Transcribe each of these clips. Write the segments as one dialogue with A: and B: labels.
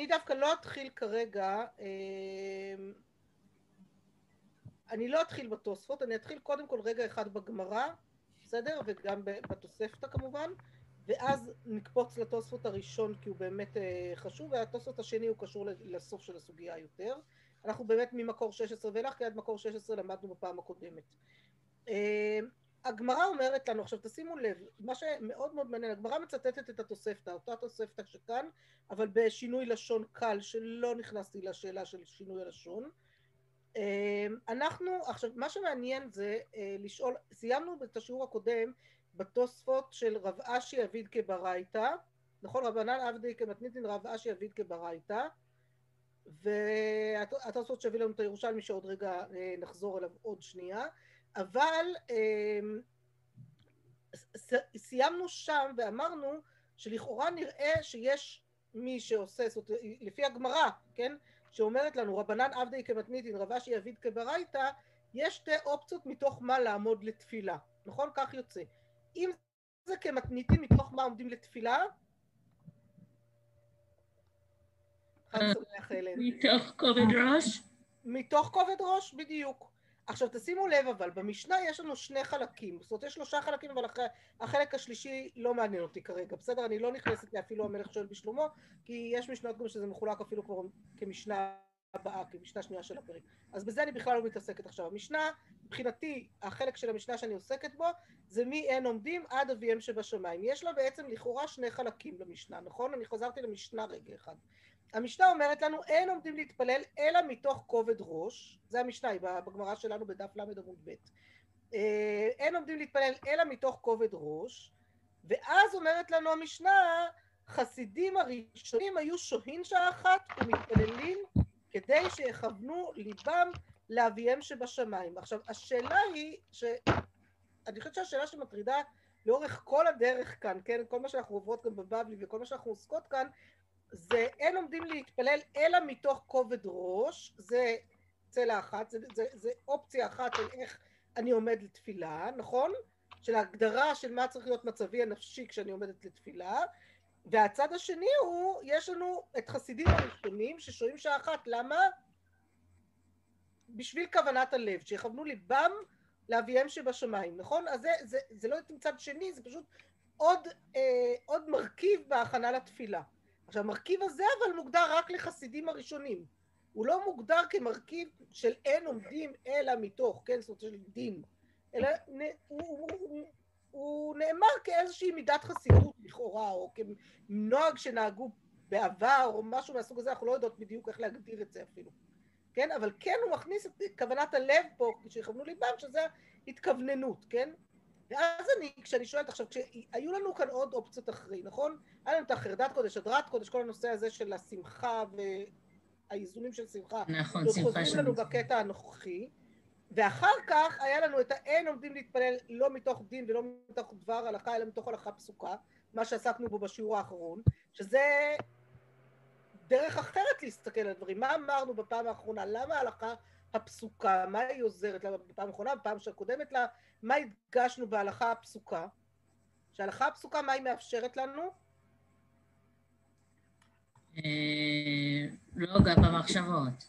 A: אני דווקא לא אתחיל כרגע, אני לא אתחיל בתוספות, אני אתחיל קודם כל רגע אחד בגמרא, בסדר? וגם בתוספתא כמובן, ואז נקפוץ לתוספות הראשון כי הוא באמת חשוב, והתוספות השני הוא קשור לסוף של הסוגיה יותר. אנחנו באמת ממקור 16 ואילך, כי עד מקור 16 למדנו בפעם הקודמת. הגמרא אומרת לנו, עכשיו תשימו לב, מה שמאוד מאוד מעניין, הגמרא מצטטת את התוספתא, אותה תוספתא שכאן, אבל בשינוי לשון קל, שלא נכנסתי לשאלה של שינוי הלשון. אנחנו, עכשיו מה שמעניין זה לשאול, סיימנו את השיעור הקודם בתוספות של רב אשי אביד כברייתא, נכון? רבנן עבדי כמתניתין רב אשי אביד כברייתא, והתוספות שהביא לנו את הירושלמי שעוד רגע נחזור אליו עוד שנייה, אבל סיימנו שם ואמרנו שלכאורה נראה שיש מי שעושה, זאת אומרת, לפי הגמרא, כן? שאומרת לנו רבנן עבדי כמתניתין רב אשי אביד כברייתא, יש שתי אופציות מתוך מה לעמוד לתפילה, נכון? כך יוצא. אם זה כמתניתין, מתוך מה עומדים לתפילה? חג שמח אלן.
B: מתוך כובד ראש?
A: מתוך כובד ראש, בדיוק. עכשיו תשימו לב, אבל במשנה יש לנו שני חלקים, זאת אומרת יש 3 חלקים, אבל החלק השלישי לא מעניין אותי כרגע, בסדר? אני לא נכנסת לאפילו המלך שואל בשלמה, כי יש משנות גם שזה מחולק אפילו כבר כמשנה הבאה, כמשנה שנייה של הפרק, אז בזה אני בכלל לא מתעסקת עכשיו. המשנה, מבחינתי, החלק של המשנה שאני עוסקת בו, זה מי אין עומדים עד אביהם שבשמיים. יש לה בעצם לכאורה 2 חלקים למשנה, נכון? אני חזרתי למשנה רגע אחד. המשנה אומרת לנו אין עומדים להתפלל אלא מתוך כובד ראש, זה המשנה היא בגמרא שלנו בדף למד עמוד ב', אין עומדים להתפלל אלא מתוך כובד ראש, ואז אומרת לנו המשנה חסידים הראשונים היו שוהים שעה אחת ומתפללים כדי שיכוונו ליבם לאביהם שבשמיים. עכשיו השאלה היא אני חושבת שהשאלה שמטרידה לאורך כל הדרך כאן, כן, כל מה שאנחנו עוברות גם בבבלי וכל מה שאנחנו עוסקות כאן, זה אין עומדים להתפלל אלא מתוך כובד ראש, זה צלע אחת, זה אופציה אחת של איך אני עומד לתפילה, נכון? של ההגדרה של מה צריך להיות מצבי הנפשי כשאני עומדת לתפילה, והצד השני הוא, יש לנו את חסידים הראשונים ששוהים שעה אחת, למה? בשביל כוונת הלב, שיכוונו ליבם לאביהם שבשמיים, נכון? אז זה לא מצד שני, זה פשוט עוד מרכיב בהכנה לתפילה. עכשיו המרכיב הזה אבל מוגדר רק לחסידים הראשונים, הוא לא מוגדר כמרכיב של אין עומדים אלא מתוך, כן, זאת אומרת של דין, אלא הוא נאמר כאיזושהי מידת חסידות לכאורה, או כנוהג שנהגו בעבר או משהו מהסוג הזה, אנחנו לא יודעות בדיוק איך להגדיר את זה אפילו, כן, אבל כן הוא מכניס את כוונת הלב פה שיכוונו ליבם, שזה התכווננות, כן. ואז כשאני שואלת עכשיו, כשהיו לנו כאן עוד אופציות אחרי, נכון? היה לנו את החרדת קודש, הדרת קודש, כל הנושא הזה של השמחה והאיזונים של שמחה,
B: נכון, שמחה
A: חוזרים לנו בקטע הנוכחי, ואחר כך היה לנו את האין עומדים להתפלל לא מתוך דין ולא מתוך דבר הלכה, אלא מתוך הלכה פסוקה, מה שעסקנו בו בשיעור האחרון, שזה דרך אחרת להסתכל על הדברים. מה אמרנו בפעם האחרונה? למה ההלכה הפסוקה, מה היא עוזרת לה בפעם האחרונה, בפעם שקודמת לה, מה הדגשנו בהלכה הפסוקה? שההלכה הפסוקה, מה היא מאפשרת לנו?
B: לא גם במחשבות.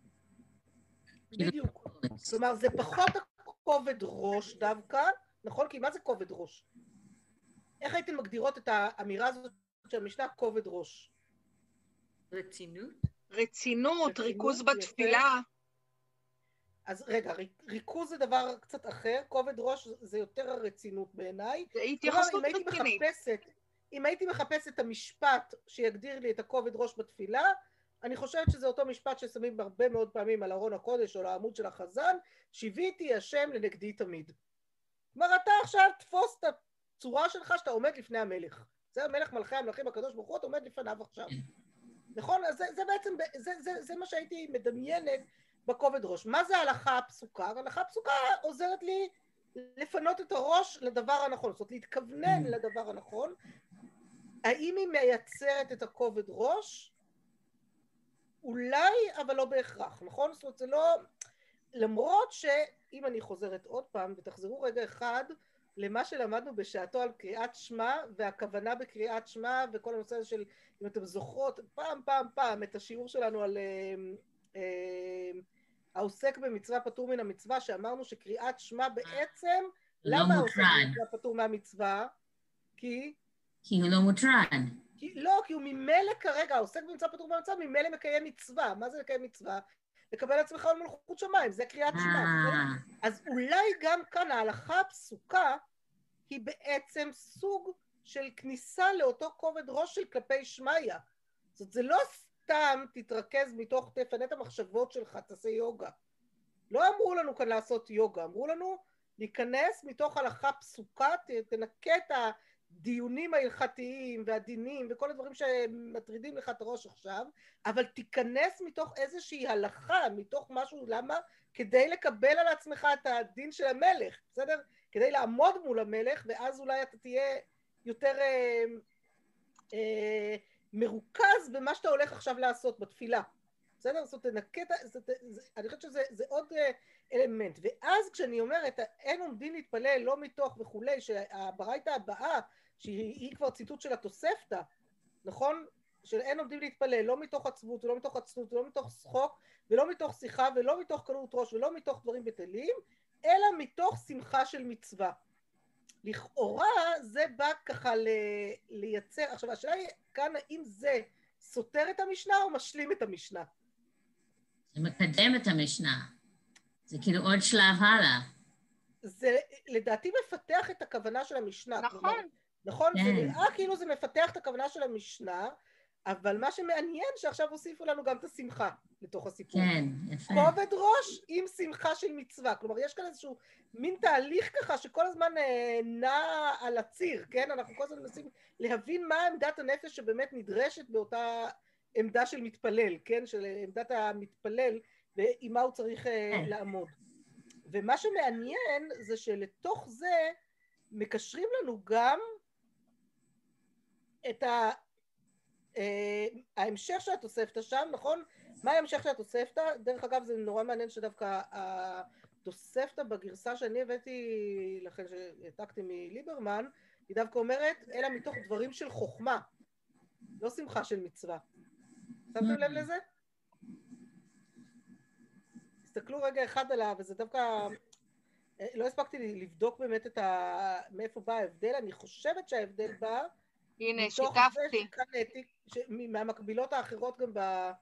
A: בדיוק. כלומר, זה פחות הכובד ראש דווקא, נכון? כי מה זה כובד ראש? איך הייתן מגדירות את האמירה הזאת של המשנה כובד ראש?
C: רצינות?
A: רצינות,
D: ריכוז בתפילה.
A: אז רגע, ריכוז זה דבר קצת אחר, כובד ראש זה יותר הרצינות בעיניי.
D: זה התייחסות רצינית.
A: אם הייתי מחפשת את המשפט שיגדיר לי את הכובד ראש בתפילה, אני חושבת שזה אותו משפט ששמים הרבה מאוד פעמים על ארון הקודש או על העמוד של החזן, שיוויתי השם לנגדי תמיד. כלומר, אתה עכשיו תפוס את הצורה שלך שאתה עומד לפני המלך. זה המלך מלכי המלכים הקדוש ברוך הוא, אתה עומד לפניו עכשיו. נכון? אז זה בעצם, זה מה שהייתי מדמיינת בכובד ראש. מה זה ההלכה הפסוקה? ההלכה הפסוקה עוזרת לי לפנות את הראש לדבר הנכון, זאת אומרת להתכוונן לדבר הנכון. האם היא מייצרת את הכובד ראש? אולי, אבל לא בהכרח, נכון? זאת אומרת, זה לא... למרות שאם אני חוזרת עוד פעם, ותחזרו רגע אחד למה שלמדנו בשעתו על קריאת שמע, והכוונה בקריאת שמע, וכל הנושא הזה של, אם אתם זוכרות, פעם, את השיעור שלנו על העוסק במצווה פטור מן המצווה, שאמרנו שקריאת שמע בעצם,
B: לא
A: למה העוסק
B: מוטרד.
A: במצווה פטור מהמצווה? כי
B: הוא לא מוטרד.
A: כי הוא ממילא כרגע, העוסק במצווה פטור מהמצווה, ממילא מקיים מצווה. מה זה לקיים מצווה? לקבל לעצמך על מלכות שמיים, זה קריאת שמע. אז אולי גם כאן ההלכה הפסוקה היא בעצם סוג של כניסה לאותו כובד ראש של כלפי שמיה. זאת אומרת, זה לא סתם תתרכז מתוך, תפנה את המחשבות שלך, תעשה יוגה. לא אמרו לנו כאן לעשות יוגה, אמרו לנו להיכנס מתוך הלכה פסוקה, תנקה את הדיונים ההלכתיים והדינים וכל הדברים שמטרידים לך את הראש עכשיו, אבל תיכנס מתוך איזושהי הלכה, מתוך משהו, למה? כדי לקבל על עצמך את הדין של המלך, בסדר? כדי לעמוד מול המלך, ואז אולי אתה תהיה יותר מרוכז במה שאתה הולך עכשיו לעשות בתפילה. בסדר? זאת אומרת, אני חושבת שזה עוד אלמנט. ואז כשאני אומרת, אין עומדים להתפלל לא מתוך וכולי, שהברייתא הבאה, שהיא כבר ציטוט של התוספתא, נכון? של אין עומדים להתפלל לא מתוך עצבות ולא מתוך עצלות ולא מתוך שחוק ולא מתוך שיחה ולא מתוך קלות ראש ולא מתוך דברים בטלים, אלא מתוך שמחה של מצווה. לכאורה זה בא ככה לייצר, עכשיו השאלה היא כאן האם זה סותר את המשנה או משלים את המשנה?
B: זה מקדם את המשנה. זה כאילו עוד שלב הלאה.
A: זה לדעתי מפתח את הכוונה של המשנה.
D: נכון.
A: כלומר, נכון?
B: כן.
A: זה נראה כאילו זה מפתח את הכוונה של המשנה, אבל מה שמעניין שעכשיו הוסיפו לנו גם את השמחה לתוך הסיפור.
B: כן, יפה.
A: כובד ראש עם שמחה של מצווה. כלומר, יש כאן איזשהו מין תהליך ככה שכל הזמן נע על הציר, כן? אנחנו כל הזמן מנסים להבין מה עמדת הנפש שבאמת נדרשת באותה עמדה של מתפלל, כן? של עמדת המתפלל, ועם מה הוא צריך לעמוד. ומה שמעניין זה שלתוך זה מקשרים לנו גם את ההמשך של התוספתא שם, נכון? מה ההמשך של התוספתא? דרך אגב זה נורא מעניין שדווקא התוספתא בגרסה שאני הבאתי לכן שהעתקתי מליברמן, היא דווקא אומרת אלא מתוך דברים של חוכמה, לא שמחה של מצווה. שמתם לב לזה? תסתכלו רגע אחד עליו, וזה דווקא, לא הספקתי לבדוק באמת מאיפה בא ההבדל, אני חושבת שההבדל בא
D: הנה,
A: מתוך
D: שיתפתי.
A: מהמקבילות האחרות גם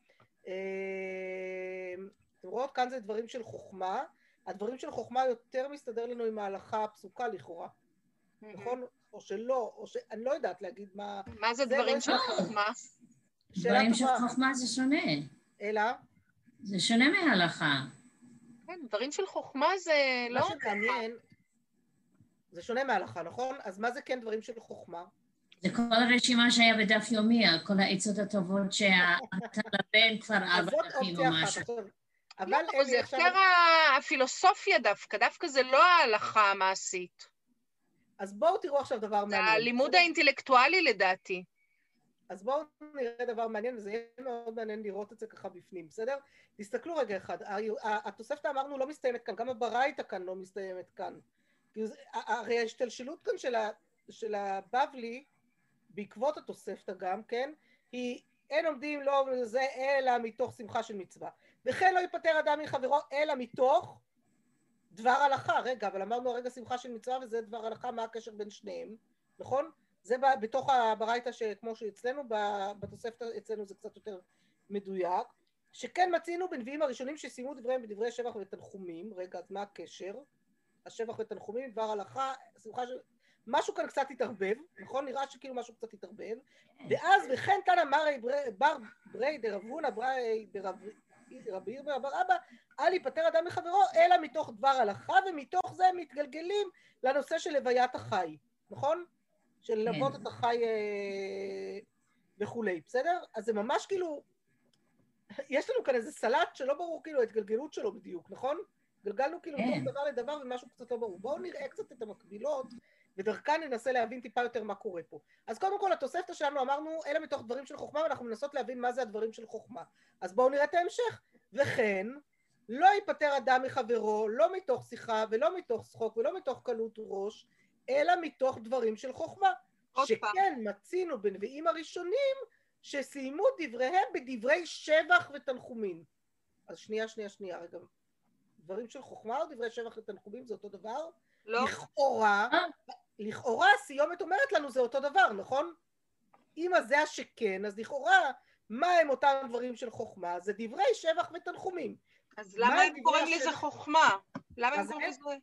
A: אתם רואות, כאן זה דברים של חוכמה, הדברים של חוכמה יותר מסתדר לנו עם ההלכה הפסוקה לכאורה, נכון? או שלא, או אני לא יודעת להגיד מה...
D: מה זה דברים של חוכמה?
B: דברים של חוכמה זה שונה.
A: אלא?
B: זה שונה מההלכה.
D: כן, דברים של חוכמה זה לא...
A: מה שמעניין, זה שונה מההלכה, נכון? אז מה זה כן דברים של חוכמה?
B: זה כל הרשימה שהיה בדף יומי, על כל העצות הטובות שאתה לבן כבר 4 דפים או משהו.
A: אבל
D: לא, זה יותר הפילוסופיה דווקא זה לא ההלכה המעשית.
A: אז בואו תראו עכשיו דבר מעניין.
D: זה הלימוד האינטלקטואלי לדעתי.
A: אז בואו נראה דבר מעניין, וזה יהיה מאוד מעניין לראות את זה ככה בפנים, בסדר? תסתכלו רגע אחד, התוספתא אמרנו לא מסתיימת כאן, גם הברייתא כאן לא מסתיימת כאן. הרי ההשתלשלות כאן של הבבלי, בעקבות התוספתא גם, כן? היא אין עומדים לא זה אלא מתוך שמחה של מצווה. וכן לא ייפטר אדם מחברו אלא מתוך דבר הלכה. רגע, אבל אמרנו הרגע שמחה של מצווה וזה דבר הלכה, מה הקשר בין שניהם, נכון? זה בתוך הברייתא שכמו שאצלנו, בתוספתא אצלנו זה קצת יותר מדויק, שכן מצינו בנביאים הראשונים שסיימו דבריהם בדברי שבח ותנחומים. רגע, אז מה הקשר? השבח ותנחומים, דבר הלכה, שמחה של... משהו כאן קצת התערבב, נכון? נראה שכאילו משהו קצת התערבב, ואז וכן תנא מרי בר ברי דרבונה ברי דרבי עיר בר אבא, אל ייפטר אדם מחברו, אלא מתוך דבר הלכה, ומתוך זה מתגלגלים לנושא של לוויית החי, נכון? של ללוות את החי וכולי, בסדר? אז זה ממש כאילו, יש לנו כאן איזה סלט שלא ברור כאילו ההתגלגלות שלו בדיוק, נכון? גלגלנו כאילו מתוך דבר לדבר ומשהו קצת לא ברור. בואו נראה קצת את המקבילות, ודרכן ננסה להבין טיפה יותר מה קורה פה. אז קודם כל, התוספתא שלנו אמרנו, אלה מתוך דברים של חוכמה, ואנחנו מנסות להבין מה זה הדברים של חוכמה. אז בואו נראה את ההמשך. וכן, לא ייפטר אדם מחברו, לא מתוך שיחה, ולא מתוך שחוק, ולא מתוך קלות ראש, אלא מתוך דברים של חוכמה.
D: עוד
A: שכן
D: פעם.
A: מצינו בנביאים הראשונים שסיימו דבריהם בדברי שבח ותנחומים. אז שנייה, רגע. דברים של חוכמה או דברי שבח ותנחומים זה אותו דבר?
D: לא.
A: לכאורה הסיומת אומרת לנו זה אותו דבר, נכון? אם זה השכן, אז לכאורה מה הם אותם דברים של חוכמה? זה דברי שבח ותנחומים.
D: אז למה הם קוראים לזה חוכמה? למה הם קוראים לזה?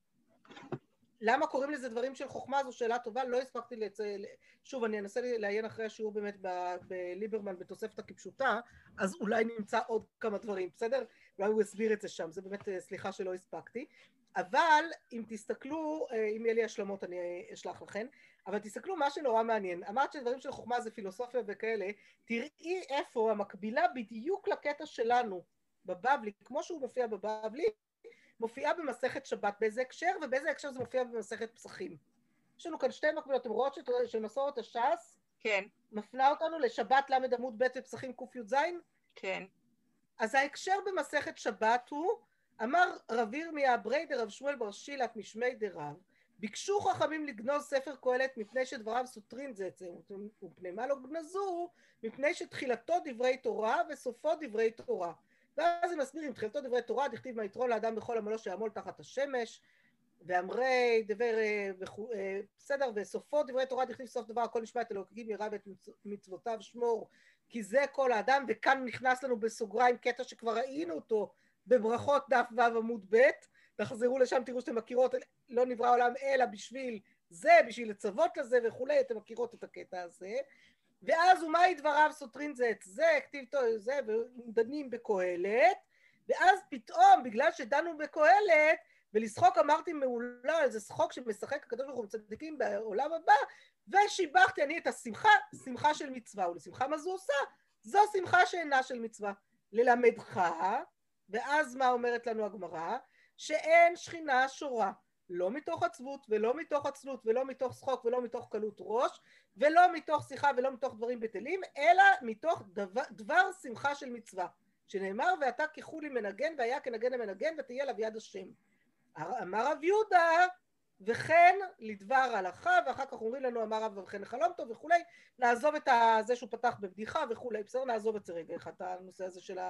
A: למה קוראים לזה דברים של חוכמה? זו שאלה טובה, לא הספקתי שוב, אני אנסה לעיין אחרי השיעור באמת בליברמן בתוספתא כפשוטה, אז אולי נמצא עוד כמה דברים, בסדר? אולי הוא הסביר את זה שם, זה באמת סליחה שלא הספקתי, אבל אם תסתכלו, אם יהיה לי השלמות אני אשלח לכם, אבל תסתכלו מה שנורא מעניין, אמרת שדברים של חוכמה זה פילוסופיה וכאלה, תראי איפה המקבילה בדיוק לקטע שלנו בבבלי, כמו שהוא מופיע בבבלי, מופיעה במסכת שבת, באיזה הקשר, ובאיזה הקשר זה מופיע במסכת פסחים. יש לנו כאן שתי מקבילות, אתם רואות שמסורת הש"ס,
D: כן.
A: מפנה אותנו לשבת למד עמוד ב' ופסחים ק"ז?
D: כן.
A: אז ההקשר במסכת שבת הוא, אמר רב ירמיה ברי דרב שמואל בר שילת משמי דרב, ביקשו חכמים לגנוז ספר קהלת מפני שדבריו סותרים זה את זה, ופני מה לא גנזו? מפני שתחילתו דברי תורה וסופו דברי תורה. ואז הם מסבירים, תחילתו דברי תורה, דכתיב מה יתרון לאדם בכל עמלו שיעמול תחת השמש, ואמרי דבר, בסדר, וסופו דברי תורה, דכתיב סוף דבר, הכל נשמע את אלוקים ירא ואת מצוותיו שמור, כי זה כל האדם, וכאן נכנס לנו בסוגריים קטע שכבר ראינו אותו בברכות דף ו' עמוד ב', תחזרו לשם, תראו שאתם מכירות, לא נברא עולם אלא בשביל זה, בשביל לצוות לזה וכולי, אתם מכירות את הקטע הזה, ואז ומאי דבריו סותרים זה את זה, כתיב זה, ודנים בקהלת, ואז פתאום, בגלל שדנו בקהלת, ולשחוק אמרתי מעולה, זה שחוק שמשחק הקדוש ברוך הוא צדיקים בעולם הבא, ושיבחתי אני את השמחה, שמחה של מצווה, ולשמחה מה זו עושה? זו שמחה שאינה של מצווה. ללמדך, ואז מה אומרת לנו הגמרא? שאין שכינה שורה, לא מתוך עצבות, ולא מתוך עצלות, ולא מתוך שחוק, ולא מתוך קלות ראש, ולא מתוך שיחה, ולא מתוך דברים בטלים, אלא מתוך דבר שמחה של מצווה. שנאמר, ואתה כחולי מנגן, והיה כנגן המנגן, ותהיה עליו יד השם. אמר רב יהודה, וכן לדבר הלכה, ואחר כך אומרים לנו, אמר רב וכן לחלום טוב וכולי, נעזוב את זה שהוא פתח בבדיחה וכולי, בסדר, נעזוב את זה רגע, את הנושא הזה של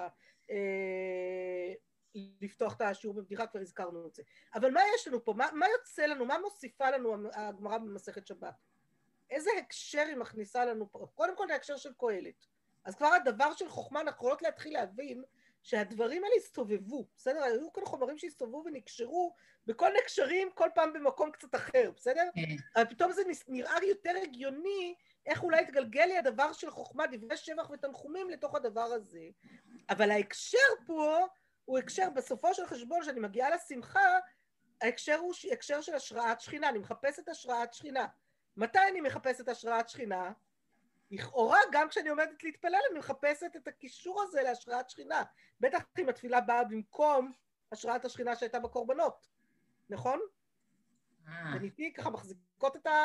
A: לפתוח את השיעור בבדיחה, כבר הזכרנו את זה. אבל מה יש לנו פה? מה יוצא לנו? מה מוסיפה לנו הגמרא במסכת שבת? איזה הקשר היא מכניסה לנו פה? קודם כל, ההקשר של קהלת. אז כבר הדבר של חוכמה, אנחנו יכולות להתחיל להבין שהדברים האלה הסתובבו, בסדר? היו כאן חומרים שהסתובבו ונקשרו, בכל נקשרים כל פעם במקום קצת אחר, בסדר? אבל פתאום זה נראה יותר הגיוני, איך אולי התגלגל לי הדבר של חוכמה, דברי שבח ותנחומים לתוך הדבר הזה. אבל ההקשר פה, הוא הקשר בסופו של חשבון, שאני מגיעה לשמחה, ההקשר הוא הקשר של השראת שכינה, אני מחפשת השראת שכינה. מתי אני מחפשת השראת שכינה? לכאורה, גם כשאני עומדת להתפלל, אני מחפשת את הקישור הזה להשראת שכינה. בטח אם התפילה באה במקום השראת השכינה שהייתה בקורבנות, נכון? וניתי ככה מחזיקות את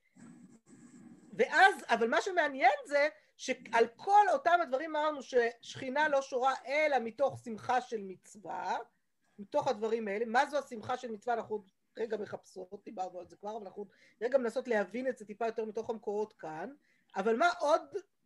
A: ואז, אבל מה שמעניין זה, שעל כל אותם הדברים אמרנו ששכינה לא שורה אלא מתוך שמחה של מצווה, מתוך הדברים האלה. מה זו השמחה של מצווה? אנחנו רגע מחפשות, דיברנו על זה כבר, אבל אנחנו רגע מנסות להבין את זה טיפה יותר מתוך המקורות כאן, אבל מה עוד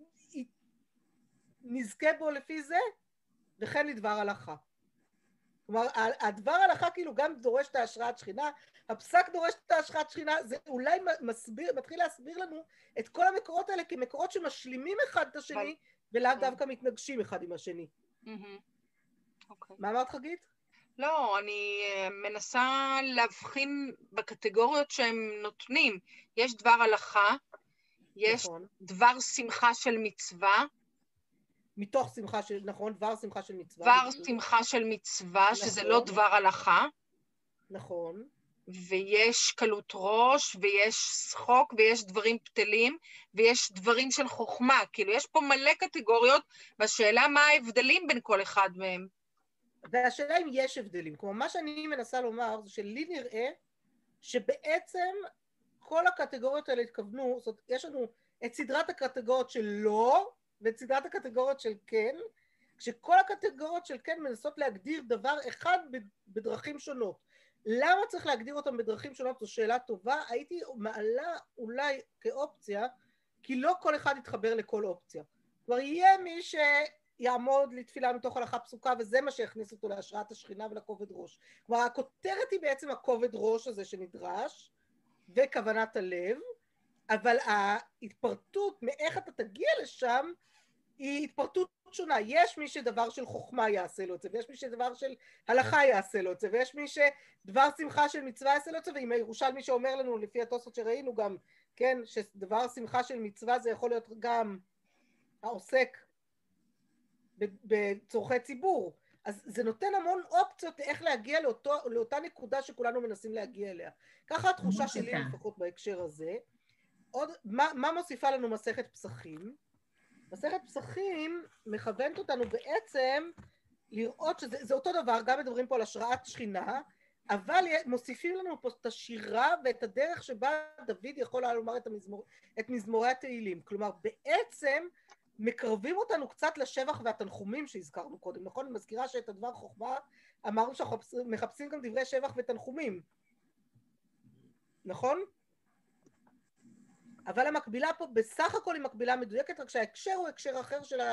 A: נזכה בו לפי זה? וכן לדבר הלכה. כלומר, הדבר הלכה כאילו גם דורש את ההשראת שכינה, הפסק דורש את ההשראת שכינה, זה אולי מתחיל להסביר לנו את כל המקורות האלה כמקורות שמשלימים אחד את השני, ולאו דווקא מתנגשים אחד עם השני. מה אמרת חגית?
D: לא, אני מנסה להבחין בקטגוריות שהם נותנים. יש דבר הלכה, יש דבר שמחה של מצווה.
A: מתוך שמחה של, נכון, דבר שמחה של מצווה.
D: דבר שמחה של מצווה, שזה לא דבר הלכה.
A: נכון.
D: ויש קלות ראש, ויש שחוק, ויש דברים פתלים, ויש דברים של חוכמה. כאילו, יש פה מלא קטגוריות, והשאלה מה ההבדלים בין כל אחד מהם.
A: והשאלה אם יש הבדלים. כלומר, מה שאני מנסה לומר, זה שלי נראה שבעצם כל הקטגוריות האלה התכוונו, זאת אומרת, יש לנו את סדרת הקטגוריות של לא, ואת סדרת הקטגוריות של כן, כשכל הקטגוריות של כן מנסות להגדיר דבר אחד בדרכים שונות. למה צריך להגדיר אותם בדרכים שונות? זו שאלה טובה. הייתי מעלה אולי כאופציה, כי לא כל אחד יתחבר לכל אופציה. כבר יהיה מי שיעמוד לתפילה מתוך הלכה פסוקה, וזה מה שיכניס אותו להשראת השכינה ולכובד ראש. כבר הכותרת היא בעצם הכובד ראש הזה שנדרש, וכוונת הלב, אבל ההתפרטות מאיך אתה תגיע לשם, היא התפרטות שונה. יש מי שדבר של חוכמה יעשה לו את זה, ויש מי שדבר של הלכה יעשה לו את זה, ויש מי שדבר שמחה של מצווה יעשה לו את זה, ועם הירושלמי שאומר לנו, לפי התוספות שראינו גם, כן, שדבר שמחה של מצווה זה יכול להיות גם העוסק בצורכי ציבור. אז זה נותן המון אופציות איך להגיע לאותה נקודה שכולנו מנסים להגיע אליה. ככה התחושה שלי לפחות בהקשר הזה. עוד, מה מוסיפה לנו מסכת פסחים? מסכת פסחים מכוונת אותנו בעצם לראות שזה אותו דבר, גם מדברים פה על השראת שכינה, אבל מוסיפים לנו פה את השירה ואת הדרך שבה דוד יכול לומר את מזמורי התהילים. כלומר, בעצם מקרבים אותנו קצת לשבח והתנחומים שהזכרנו קודם, נכון? אני מזכירה שאת הדבר חוכמה אמרנו שאנחנו מחפשים גם דברי שבח ותנחומים, נכון? אבל המקבילה פה בסך הכל היא מקבילה מדויקת, רק שההקשר הוא הקשר אחר של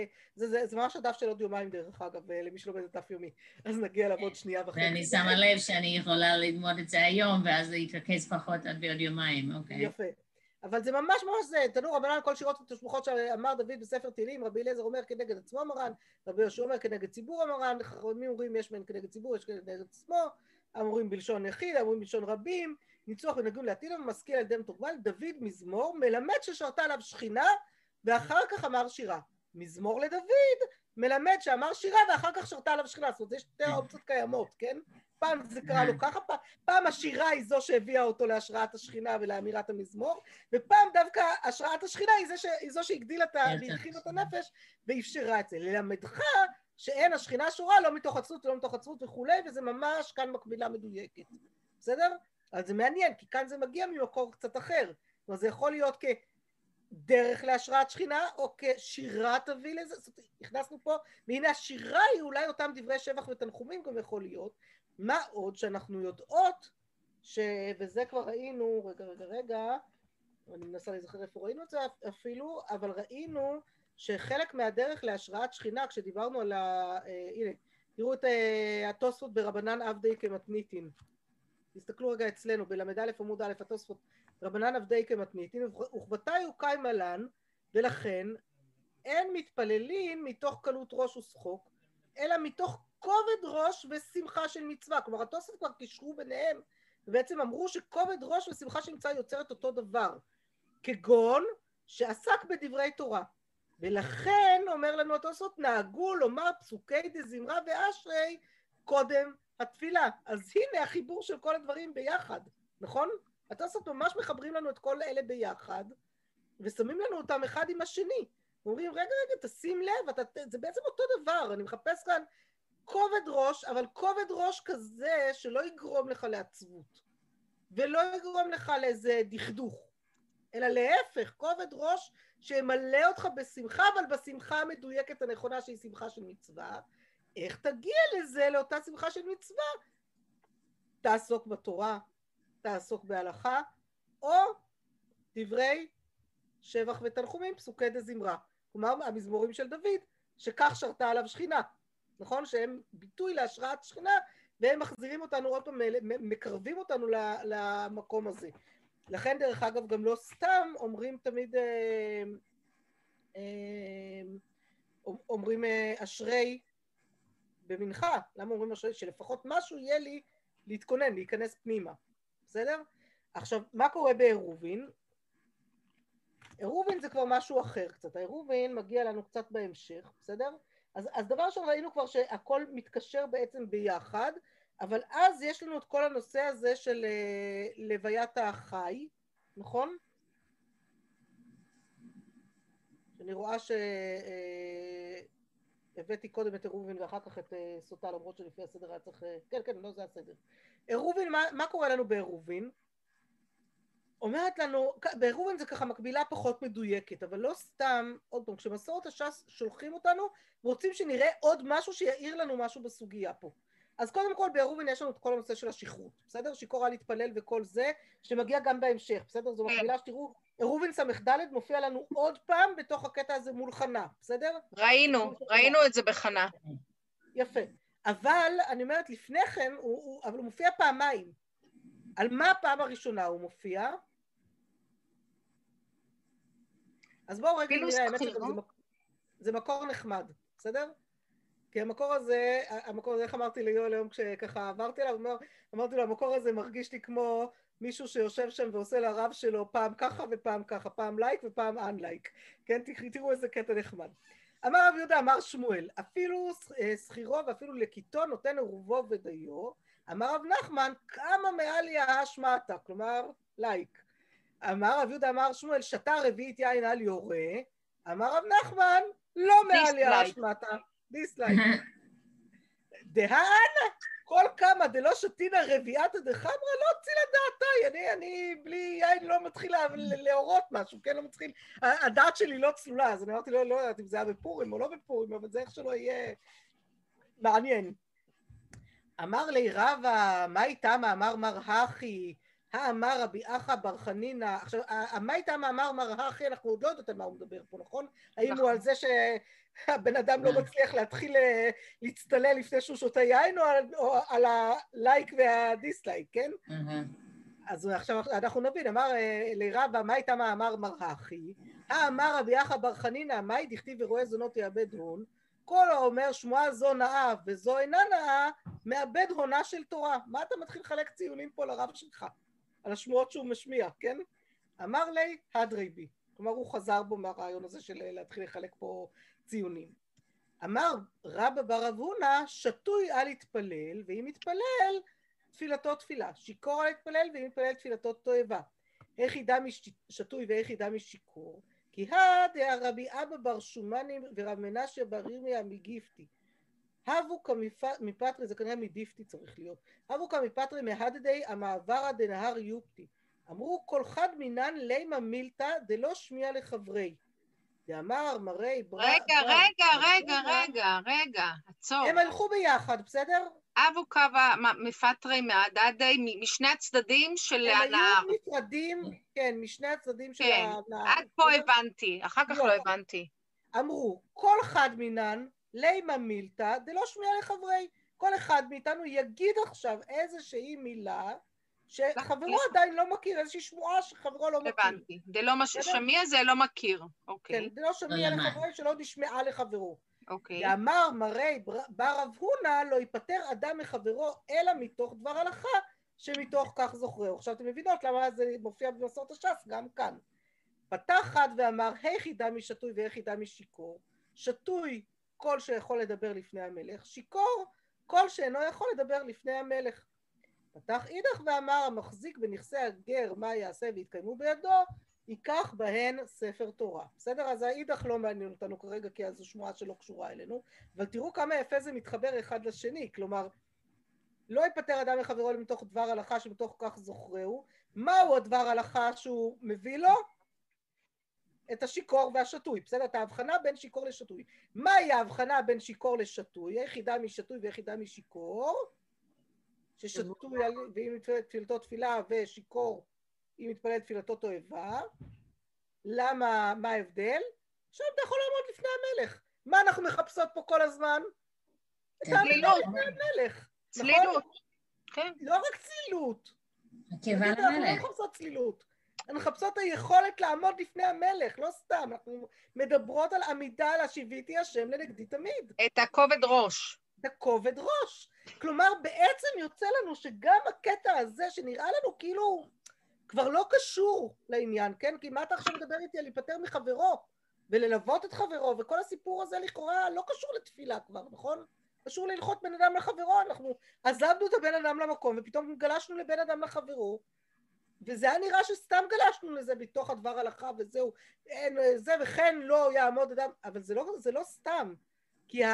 A: זה ממש הדף של עוד יומיים דרך אגב, למי שלומד את דף יומי, אז נגיע אליו עוד שנייה וחצי.
B: ואני שמה לב שאני יכולה ללמוד את זה היום, ואז להתרכז פחות עד בעוד יומיים, אוקיי. יפה.
A: אבל זה ממש זה, תנו רבנן כל שירות ותשבחות שאמר דוד בספר תהילים, רבי אליעזר אומר כנגד עצמו מרן, רבי יהושע אומר כנגד ציבור המרן, חכמים אומרים יש מן כנגד ציבור, יש כנגד עצמו, אמורים בלשון יחיד, אמורים בלשון רבים, ניצוח ונגון לעתיד, ומשכיל על ידי מתורגמן, דוד מזמור, מלמד ששרתה עליו שכינה, ואחר כך אמר שירה. מזמור לדוד, מלמד שאמר שירה, ואחר כך שרתה עליו שכינה. זאת אומרת, יש שתי אופציות קיימות, כן? פעם זה קרה לו ככה, פעם השירה היא זו שהביאה אותו להשראת השכינה ולאמירת המזמור, ופעם דווקא השראת השכינה היא זו שהגדילה והרחיבה את הנפש, ואפשרה את זה. ללמדך שאין השכינה שורה, לא מתוך עצות ולא מתוך עצות וכולי, וזה ממש כאן מקבילה מדויקת. בסדר? אז זה מעניין, כי כאן זה מגיע ממקור קצת אחר. זאת אומרת, זה יכול להיות כדרך להשראת שכינה, או כשירה תביא לזה. זאת אומרת, הכנסנו פה, והנה השירה היא אולי אותם דברי שבח ותנחומים גם יכול להיות. מה עוד שאנחנו יודעות, וזה כבר ראינו, רגע, אני מנסה להיזכר איפה ראינו את זה אפילו, אבל ראינו שחלק מהדרך להשראת שכינה, כשדיברנו על הנה, תראו את התוספות ברבנן עבדי כמתניתין. תסתכלו רגע אצלנו, בלמד א' עמוד א', התוספות, רבנן עבדי כמתניתין, וכבתי הוא קיים עלן, ולכן אין מתפללים מתוך קלות ראש ושחוק, אלא מתוך כובד ראש ושמחה של מצווה. כלומר, התוספות כבר קישרו ביניהם, ובעצם אמרו שכובד ראש ושמחה של מצווה יוצרת אותו דבר, כגון שעסק בדברי תורה. ולכן, אומר לנו התוספות, נהגו לומר פסוקי דזמרה ואשרי קודם התפילה. אז הנה החיבור של כל הדברים ביחד, נכון? התוספות ממש מחברים לנו את כל אלה ביחד, ושמים לנו אותם אחד עם השני. אומרים, רגע, תשים לב, זה בעצם אותו דבר, אני מחפש כאן כובד ראש, אבל כובד ראש כזה שלא יגרום לך לעצבות, ולא יגרום לך לאיזה דכדוך, אלא להפך, כובד ראש שימלא אותך בשמחה, אבל בשמחה המדויקת הנכונה שהיא שמחה של מצווה. איך תגיע לזה, לאותה שמחה של מצווה? תעסוק בתורה, תעסוק בהלכה, או דברי שבח ותנחומים, פסוקי דזמרה. כלומר, המזמורים של דוד, שכך שרתה עליו שכינה. נכון? שהם ביטוי להשראת שכינה, והם מחזירים אותנו עוד פעם, מקרבים אותנו למקום הזה. לכן, דרך אגב, גם לא סתם אומרים תמיד, אומרים אשרי במנחה. למה אומרים אשרי? שלפחות משהו יהיה לי להתכונן, להיכנס פנימה. בסדר? עכשיו, מה קורה בעירובין? עירובין זה כבר משהו אחר קצת. העירובין מגיע לנו קצת בהמשך, בסדר? אז דבר שראינו כבר שהכל מתקשר בעצם ביחד, אבל אז יש לנו את כל הנושא הזה של לוויית החי, נכון? אני רואה שהבאתי קודם את עירובין ואחר כך את סוטה, למרות שלפי הסדר היה צריך... כן, לא זה הסדר. עירובין, מה קורה לנו בעירובין? אומרת לנו, בעירובין זה ככה מקבילה פחות מדויקת, אבל לא סתם, עוד פעם, כשמסורת הש"ס שולחים אותנו, רוצים שנראה עוד משהו שיעיר לנו משהו בסוגיה פה. אז קודם כל בעירובין יש לנו את כל הנושא של השכרות, בסדר? שיכור על להתפלל וכל זה, שמגיע גם בהמשך, בסדר? זו מקבילה שתראו, עירובין ס"ד מופיע לנו עוד פעם בתוך הקטע הזה מול חנה, בסדר?
D: ראינו את זה בחנה.
A: יפה. אבל אני אומרת לפני כן, אבל הוא מופיע פעמיים. על מה הפעם הראשונה הוא מופיע? אז בואו רגע נראה, האמת שזה מקור נחמד, בסדר? כי המקור הזה, איך אמרתי ליואל היום כשככה עברתי עליו, אמרתי לו, המקור הזה מרגיש לי כמו מישהו שיושב שם ועושה לרב שלו פעם ככה ופעם ככה, פעם לייק ופעם אנלייק, כן? תראו איזה קטע נחמד. אמר רב יהודה, אמר שמואל, אפילו שכירו ואפילו לקיטו נותן עירובו ודיו, אמר רב נחמן, כמה מעל יאה שמעתה, כלומר, לייק. אמר רב יהודה, אמר שמואל, שתה רביעית יין על יורה, אמר רב נחמן, לא מעל יאה שמעתה. דיסלייק. דהן, כל כמה דלא שתינה רביעתא דחמרא לא הוציא לדעתי, אני בלי יין לא מתחיל להורות משהו, כן, לא מתחיל, הדעת שלי לא צלולה, אז אני אמרתי לו, לא יודעת אם זה היה בפורים או לא בפורים, אבל זה איך שלא יהיה מעניין. אמר לי רבא, מה איתה מאמר מר הכי, האמר רבי אחא בר חנינא, עכשיו, מה איתה מאמר מר הכי, אנחנו עוד לא יודעת על מה הוא מדבר פה, נכון? האם הוא על זה שהבן אדם לא מצליח להתחיל להצטלל לפני שהוא שותה יין, או על הלייק והדיסלייק, כן? אז עכשיו אנחנו נבין, אמר לרבא, מה איתה מאמר מר הכי, האמר רבי אחא בר חנינא, מאי דכתיב ורואה זונות יאבד הון, כל האומר שמועה זו נאה וזו אינה נאה, מאבד הונה של תורה. מה אתה מתחיל לחלק ציונים פה לרב שלך? על השמועות שהוא משמיע, כן? אמר לי, הדרי בי. כלומר, הוא חזר בו מהרעיון הזה של להתחיל לחלק פה ציונים. אמר רבא בר אבונה, שתוי על התפלל, ואם התפלל, תפילתו תפילה. שיכור על התפלל, ואם התפלל, תפילתו תועבה. איך ידע משתוי ואיך ידע משיכור? כי רבי אבא בר שומני ורב מנשה בר ירמיה מגיפתי. הבו כמפטרי, זה כנראה מדיפתי צריך להיות. הבו כמפטרי מהדדי המעברה דנהר יופתי. אמרו כל חד מינן לימה מילתא דלא שמיע לחברי. דאמר מראי
D: רגע, עצור.
A: הם הלכו ביחד, בסדר?
D: אבו קווה מפטרי מהדדי משני הצדדים של הנהר.
A: הם היו נפרדים, כן, משני הצדדים של הנהר.
D: עד פה הבנתי, אחר כך לא הבנתי.
A: אמרו, כל חד מינן לימה מילתא דלא שמיע לחברי. כל אחד מאיתנו יגיד עכשיו איזושהי מילה שחברו עדיין לא מכיר, איזושהי שמועה שחברו לא מכיר.
D: הבנתי, דלא שמיע זה לא מכיר.
A: כן, דלא שמיע לחברי שלא נשמעה לחברו.
D: אוקיי.
A: ואמר מראי בר רב הונא לא ייפטר אדם מחברו אלא מתוך דבר הלכה שמתוך כך זוכרהו. עכשיו אתם מבינות למה זה מופיע במסורת הש"ס גם כאן. פתח חד ואמר איך ידע משתוי ואיך ידע משיכור. שתוי כל שיכול לדבר לפני המלך, שיכור כל שאינו יכול לדבר לפני המלך. פתח אידך ואמר המחזיק בנכסי הגר מה יעשה והתקיימו בידו, ייקח בהן ספר תורה. בסדר? אז האידך לא מעניין אותנו כרגע כי זו שמועה שלא קשורה אלינו, אבל תראו כמה יפה זה מתחבר אחד לשני, כלומר לא ייפטר אדם מחברו מתוך דבר הלכה שמתוך כך זוכרהו. מהו הדבר הלכה שהוא מביא לו? את השיכור והשתוי, בסדר? את ההבחנה בין שיכור לשתוי. מהי ההבחנה בין שיכור לשתוי? היחידה משתוי והיחידה משיכור? ששתוי, ואם מתפלל תפילתו תפילה ושיכור, אם מתפלל תפילתו תועבה. למה, מה ההבדל? עכשיו אתה יכול לעמוד לפני המלך. מה אנחנו מחפשות פה כל הזמן? את העמידה לפני המלך.
D: צלילות.
A: כן. לא רק צלילות.
B: עקבה למלך.
A: אנחנו לא מחפשות צלילות. אנחנו מחפשות היכולת לעמוד לפני המלך, לא סתם, אנחנו מדברות על עמידה על השיביתי השם לנגדי תמיד.
D: את הכובד ראש.
A: את הכובד ראש. כלומר, בעצם יוצא לנו שגם הקטע הזה שנראה לנו כאילו כבר לא קשור לעניין, כן? כי מה אתה עכשיו מדבר איתי על להיפטר מחברו וללוות את חברו, וכל הסיפור הזה לכאורה לא קשור לתפילה כבר, נכון? קשור ללכות בן אדם לחברו, אנחנו עזבנו את הבן אדם למקום ופתאום גלשנו לבן אדם לחברו, וזה היה נראה שסתם גלשנו לזה בתוך הדבר הלכה וזהו, אין, זה וכן לא יעמוד אדם, אבל זה לא סתם, כי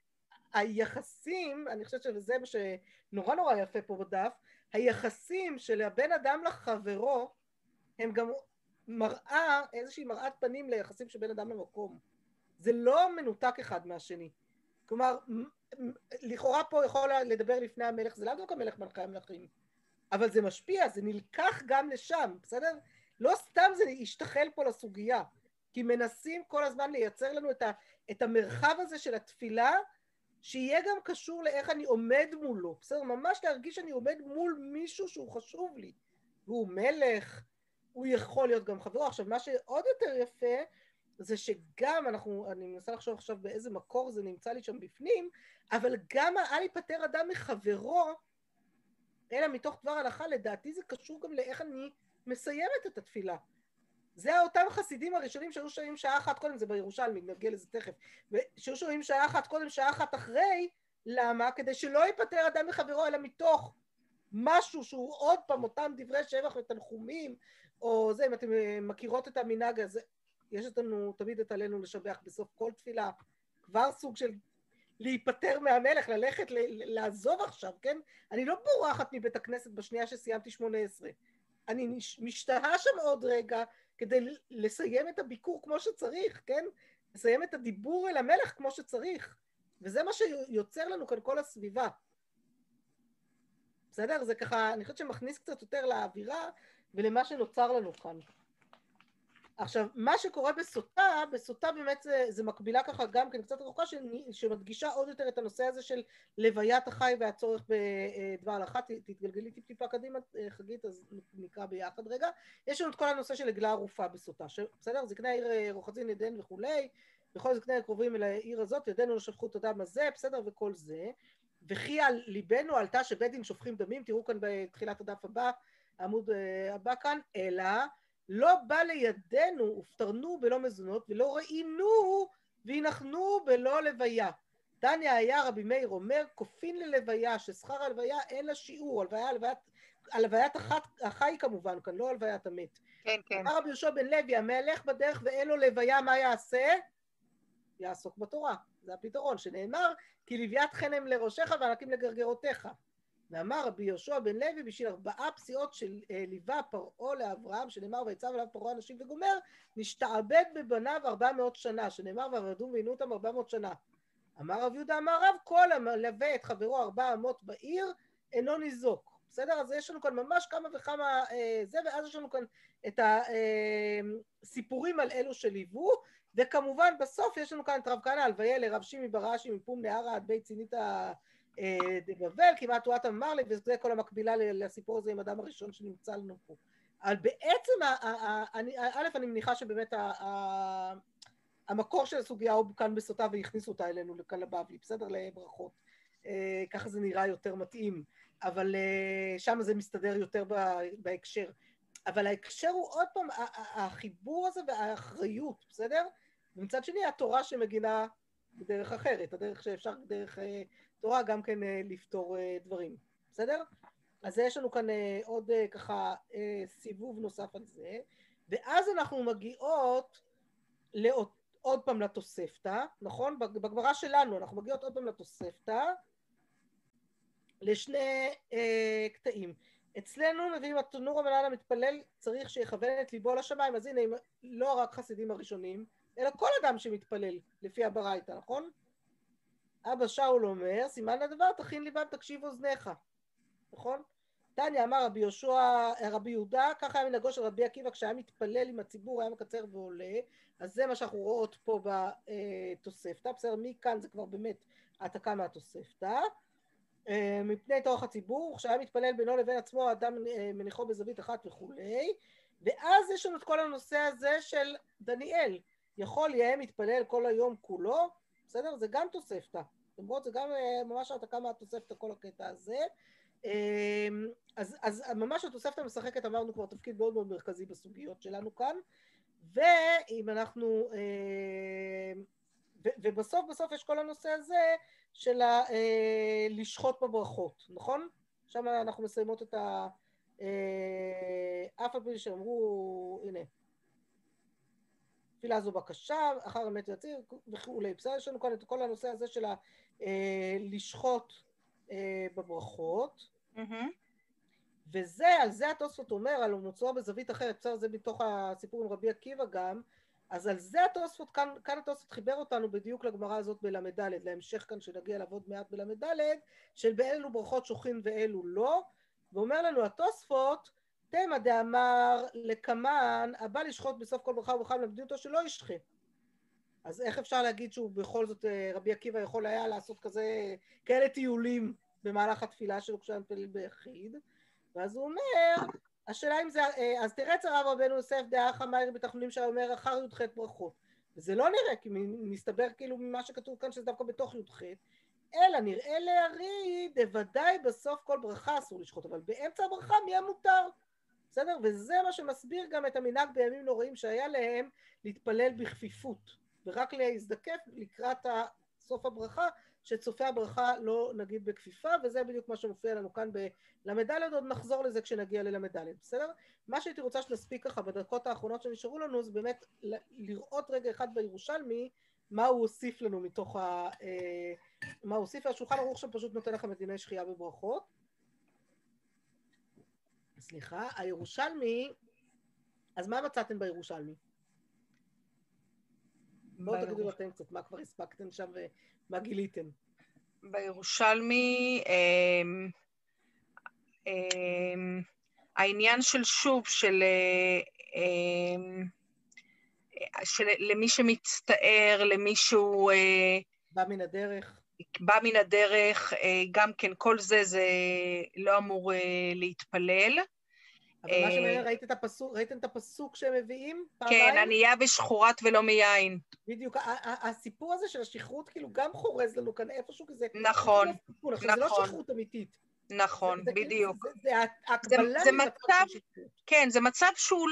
A: היחסים, אני חושבת שזה מה שנורא נורא יפה פה בדף, היחסים של הבן אדם לחברו, הם גם מראה, איזושהי מראת פנים ליחסים של בן אדם למקום. זה לא מנותק אחד מהשני. כלומר, לכאורה פה יכול לדבר לפני המלך, זה לא דווקא מלך מלכי המלכים, אבל זה משפיע, זה נלקח גם לשם, בסדר? לא סתם זה השתחל פה לסוגיה, כי מנסים כל הזמן לייצר לנו את המרחב הזה של התפילה, שיהיה גם קשור לאיך אני עומד מולו, בסדר? ממש להרגיש שאני עומד מול מישהו שהוא חשוב לי, והוא מלך, הוא יכול להיות גם חברו. עכשיו, מה שעוד יותר יפה, זה שגם אני מנסה לחשוב עכשיו באיזה מקור זה נמצא לי שם בפנים, אבל גם אל ייפטר אדם מחברו, אלא מתוך דבר הלכה, לדעתי זה קשור גם לאיך אני מסיימת את התפילה. זה אותם חסידים הראשונים שהיו שומעים שעה אחת קודם, זה בירושלמי, נגיע לזה תכף, שהיו שומעים שעה אחת קודם, שעה אחת אחרי, למה? כדי שלא ייפטר אדם מחברו, אלא מתוך משהו שהוא עוד פעם אותם דברי שבח ותנחומים, או זה, אם אתם מכירות את המנהג הזה, יש לנו תמיד את עלינו לשבח בסוף כל תפילה, כבר סוג של להיפטר מהמלך, ללכת, לעזוב עכשיו, כן? אני לא בורחת מבית הכנסת בשנייה שסיימתי 18. אני משתהה שם עוד רגע, כדי לסיים את הביקור כמו שצריך, כן? לסיים את הדיבור אל המלך כמו שצריך. וזה מה שיוצר לנו כאן כל הסביבה. בסדר? זה ככה, אני חושבת שמכניס קצת יותר לאווירה, ולמה שנוצר לנו כאן. עכשיו, מה שקורה בסוטה באמת זה מקבילה ככה גם כן קצת רחוקה, שמדגישה עוד יותר את הנושא הזה של לוויית החי והצורך בדבר הלכה. תתגלגלי טיפה קדימה, חגית, אז נקרא ביחד רגע. יש לנו את כל הנושא של עגלה ערופה בסוטה, בסדר? זקני העיר רוחזין ידן וכולי, בכל זקני הקרובים אל העיר הזאת, ידינו לא שפכו את הדם הזה, בסדר? וכל זה. וכי על ליבנו עלתה שבית דין שופכים דמים, תראו כאן בתחילת הדף הבא, העמוד הבא כאן, אלא לא בא לידינו ופטרנו בלא מזונות, ולא ראינו והנחנו בלא לוויה. דניה היה רבי מאיר אומר, כופין ללוויה, ששכר הלוויה אין לה שיעור, הלוויית החי כמובן, כאן לא הלוויית המת.
D: כן, כן.
A: אמר רבי יהושע בן לוי, המהלך בדרך ואין לו לוויה, מה יעשה? יעסוק בתורה. זה הפתרון, שנאמר, כי לוויית חנם לראשך וענקים לגרגרותיך. ואמר רבי יהושע בן לוי, בשביל 4 פסיעות של ליווה פרעה לאברהם, שנאמר ויצב עליו פרעה אנשים וגומר, נשתעבד בבניו 400 שנה, שנאמר ועבדום ועינו אותם 400 שנה. אמר רב יהודה אמר רב, כל המלווה את חברו 400 בעיר, אינו ניזוק. בסדר? אז יש לנו כאן ממש כמה וכמה זה, ואז יש לנו כאן את הסיפורים על אלו שליוו, וכמובן בסוף יש לנו כאן את רב כהנא הלוויה לרב שימי בר אשי מפום נהרה עד בית ציניתא דבבל, כמעט תורת אמר לי, וזה כל המקבילה לסיפור הזה עם אדם הראשון שנמצא לנו פה. אבל בעצם, א', אני מניחה שבאמת המקור של הסוגיה הוא כאן בסוטה והכניסו אותה אלינו לכאן לבבלי, בסדר? לברכות. ככה זה נראה יותר מתאים, אבל שם זה מסתדר יותר בהקשר. אבל ההקשר הוא עוד פעם, החיבור הזה והאחריות, בסדר? ומצד שני, התורה שמגינה בדרך אחרת, הדרך שאפשר דרך תורה גם כן לפתור דברים, בסדר? אז יש לנו כאן עוד ככה סיבוב נוסף על זה, ואז אנחנו מגיעות עוד פעם לתוספתא, נכון? בגמרא שלנו אנחנו מגיעות עוד פעם לתוספתא, לשני קטעים. אצלנו מביאים התנור המנהל המתפלל צריך שיכוון את ליבו לשמיים, אז הנה לא רק חסידים הראשונים, אלא כל אדם שמתפלל לפי הברייתא, נכון? אבא שאול אומר, סימן לדבר, תכין ליבם תקשיב אוזניך, נכון? תניא אמר רבי יהודה, ככה היה מנהגו של רבי עקיבא, כשהיה מתפלל עם הציבור, היה מקצר ועולה, אז זה מה שאנחנו רואות פה בתוספתא, בסדר, מכאן זה כבר באמת העתקה מהתוספתא, מפני טורח הציבור, כשהיה מתפלל בינו לבין עצמו, האדם מניחו בזווית אחת וכולי, ואז יש לנו את כל הנושא הזה של דניאל, יכול יהיה מתפלל כל היום כולו, בסדר? זה גם תוספתא, למרות זה גם ממש העתקה מהתוספתא כל הקטע הזה, אז ממש התוספתא משחקת, אמרנו כבר תפקיד מאוד מאוד מרכזי בסוגיות שלנו כאן, ואם אנחנו, ובסוף יש כל הנושא הזה של לשחוט בברכות, נכון? שם אנחנו מסיימות את אף על פי שאמרו, הנה, תפילה זו בקשה, אחר המת ויציר וכולי. בסדר, יש לנו כאן את כל הנושא הזה של לשחוט בברכות, וזה, על זה התוספות אומר, על מוצאו בזווית אחרת, בסדר, זה מתוך הסיפור עם רבי עקיבא גם, אז על זה התוספות, כאן התוספות חיבר אותנו בדיוק לגמרא הזאת בל"ד, להמשך כאן שנגיע לעבוד מעט בל"ד, של באלו ברכות שוכין ואלו לא, ואומר לנו התוספות, תמה דאמר לקמן, הבא לשחוט בסוף כל ברכה וברכה מלמדים אותו שלא ישחה. אז איך אפשר להגיד שהוא בכל זאת, רבי עקיבא יכול היה לעשות כאלה טיולים במהלך התפילה שלו כשהיה מתפלל ביחיד, ואז הוא אומר, השאלה אם זה, אז תרץ הרב רבנו יוסף דעה חמאיר בתחנונים שאומר אחר י"ח ברכות, וזה לא נראה, כי מסתבר כאילו ממה שכתוב כאן שזה דווקא בתוך י"ח, אלא נראה להריד, בוודאי בסוף כל ברכה אסור לשחוט, אבל באמצע הברכה מי המותר? בסדר? וזה מה שמסביר גם את המנהג בימים נוראים שהיה להם להתפלל בכפיפות, ורק להזדקף לקראת סוף הברכה, שצופי הברכה לא נגיד בכפיפה, וזה בדיוק מה שמופיע לנו כאן בל"ד, עוד נחזור לזה כשנגיע לל"ד, בסדר? מה שהייתי רוצה שנספיק ככה בדקות האחרונות שנשארו לנו, זה באמת לראות רגע אחד בירושלמי, מה הוא הוסיף לנו מתוך מה הוא הוסיף, השולחן ערוך שפשוט נותן לכם את דיני שחייה בברכות. סליחה, הירושלמי, אז מה מצאתם בירושלמי? בואו תגידו אתם קצת, מה כבר הספקתם שם ומה גיליתם?
D: בירושלמי, העניין של שוב, של למי שמצטער, למי שהוא
A: בא מן הדרך.
D: בא מן הדרך, גם כן, כל זה לא אמור להתפלל.
A: אבל מה שמעניין, ראיתם את הפסוק שהם מביאים?
D: כן, ענייה בשחורת ולא מיין.
A: בדיוק, הסיפור הזה של השכרות כאילו גם חורז לנו כאן איפשהו כזה.
D: נכון,
A: נכון. זה לא שכרות אמיתית.
D: נכון, בדיוק.
A: זה
D: מצב, כן, זה מצב שהוא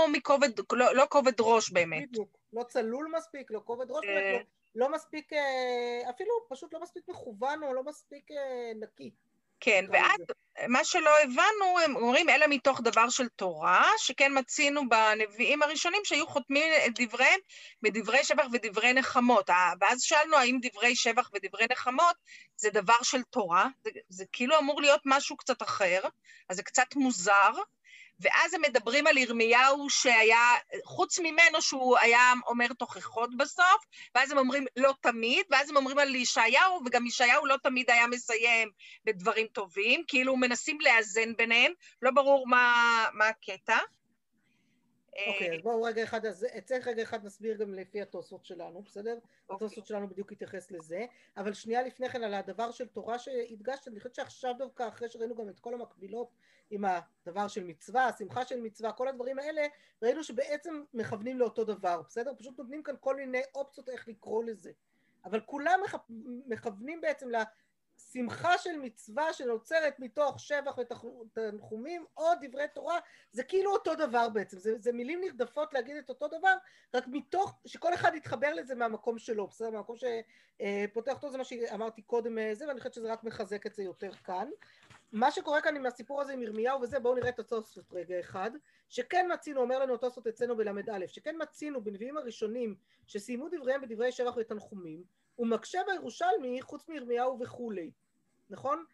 D: לא כובד ראש באמת.
A: בדיוק, לא צלול מספיק, לא כובד ראש באמת, לא מספיק, אפילו פשוט לא מספיק מכוון או לא מספיק נקי.
D: כן, ואז מה שלא הבנו, הם אומרים, אלא מתוך דבר של תורה, שכן מצינו בנביאים הראשונים שהיו חותמים את דבריהם בדברי שבח ודברי נחמות. ואז שאלנו האם דברי שבח ודברי נחמות זה דבר של תורה, זה כאילו אמור להיות משהו קצת אחר, אז זה קצת מוזר, ואז הם מדברים על ירמיהו שהיה, חוץ ממנו שהוא היה אומר תוכחות בסוף, ואז הם אומרים לא תמיד, ואז הם אומרים על ישעיהו, וגם ישעיהו לא תמיד היה מסיים בדברים טובים, כאילו מנסים לאזן ביניהם, לא ברור מה הקטע.
A: אוקיי, אז בואו רגע אחד, אז צריך רגע אחד נסביר גם לפי התוספות שלנו, בסדר? התוספות שלנו בדיוק יתייחס לזה, אבל שנייה לפני כן על הדבר של תורה שהדגשת, אני חושבת שעכשיו דווקא אחרי שראינו גם את כל המקבילות עם הדבר של מצווה, השמחה של מצווה, כל הדברים האלה, ראינו שבעצם מכוונים לאותו דבר, בסדר? פשוט נותנים כאן כל מיני אופציות איך לקרוא לזה, אבל כולם מכוונים בעצם שמחה של מצווה שנוצרת מתוך שבח ותנחומים או דברי תורה, זה כאילו אותו דבר בעצם, זה מילים נרדפות להגיד את אותו דבר, רק מתוך שכל אחד יתחבר לזה מהמקום שלו, בסדר? מהמקום שפותח אותו, זה מה שאמרתי קודם זה, ואני חושבת שזה רק מחזק את זה יותר כאן. מה שקורה כאן עם הסיפור הזה עם ירמיהו וזה, בואו נראה את התוספות רגע אחד, שכן מצינו, אומר לנו התוספות אצלנו בל"ד א', שכן מצינו בנביאים הראשונים שסיימו דבריהם בדברי שבח ותנחומים, ומקשה בירושלמי חוץ מירמיהו וכולי, נכון?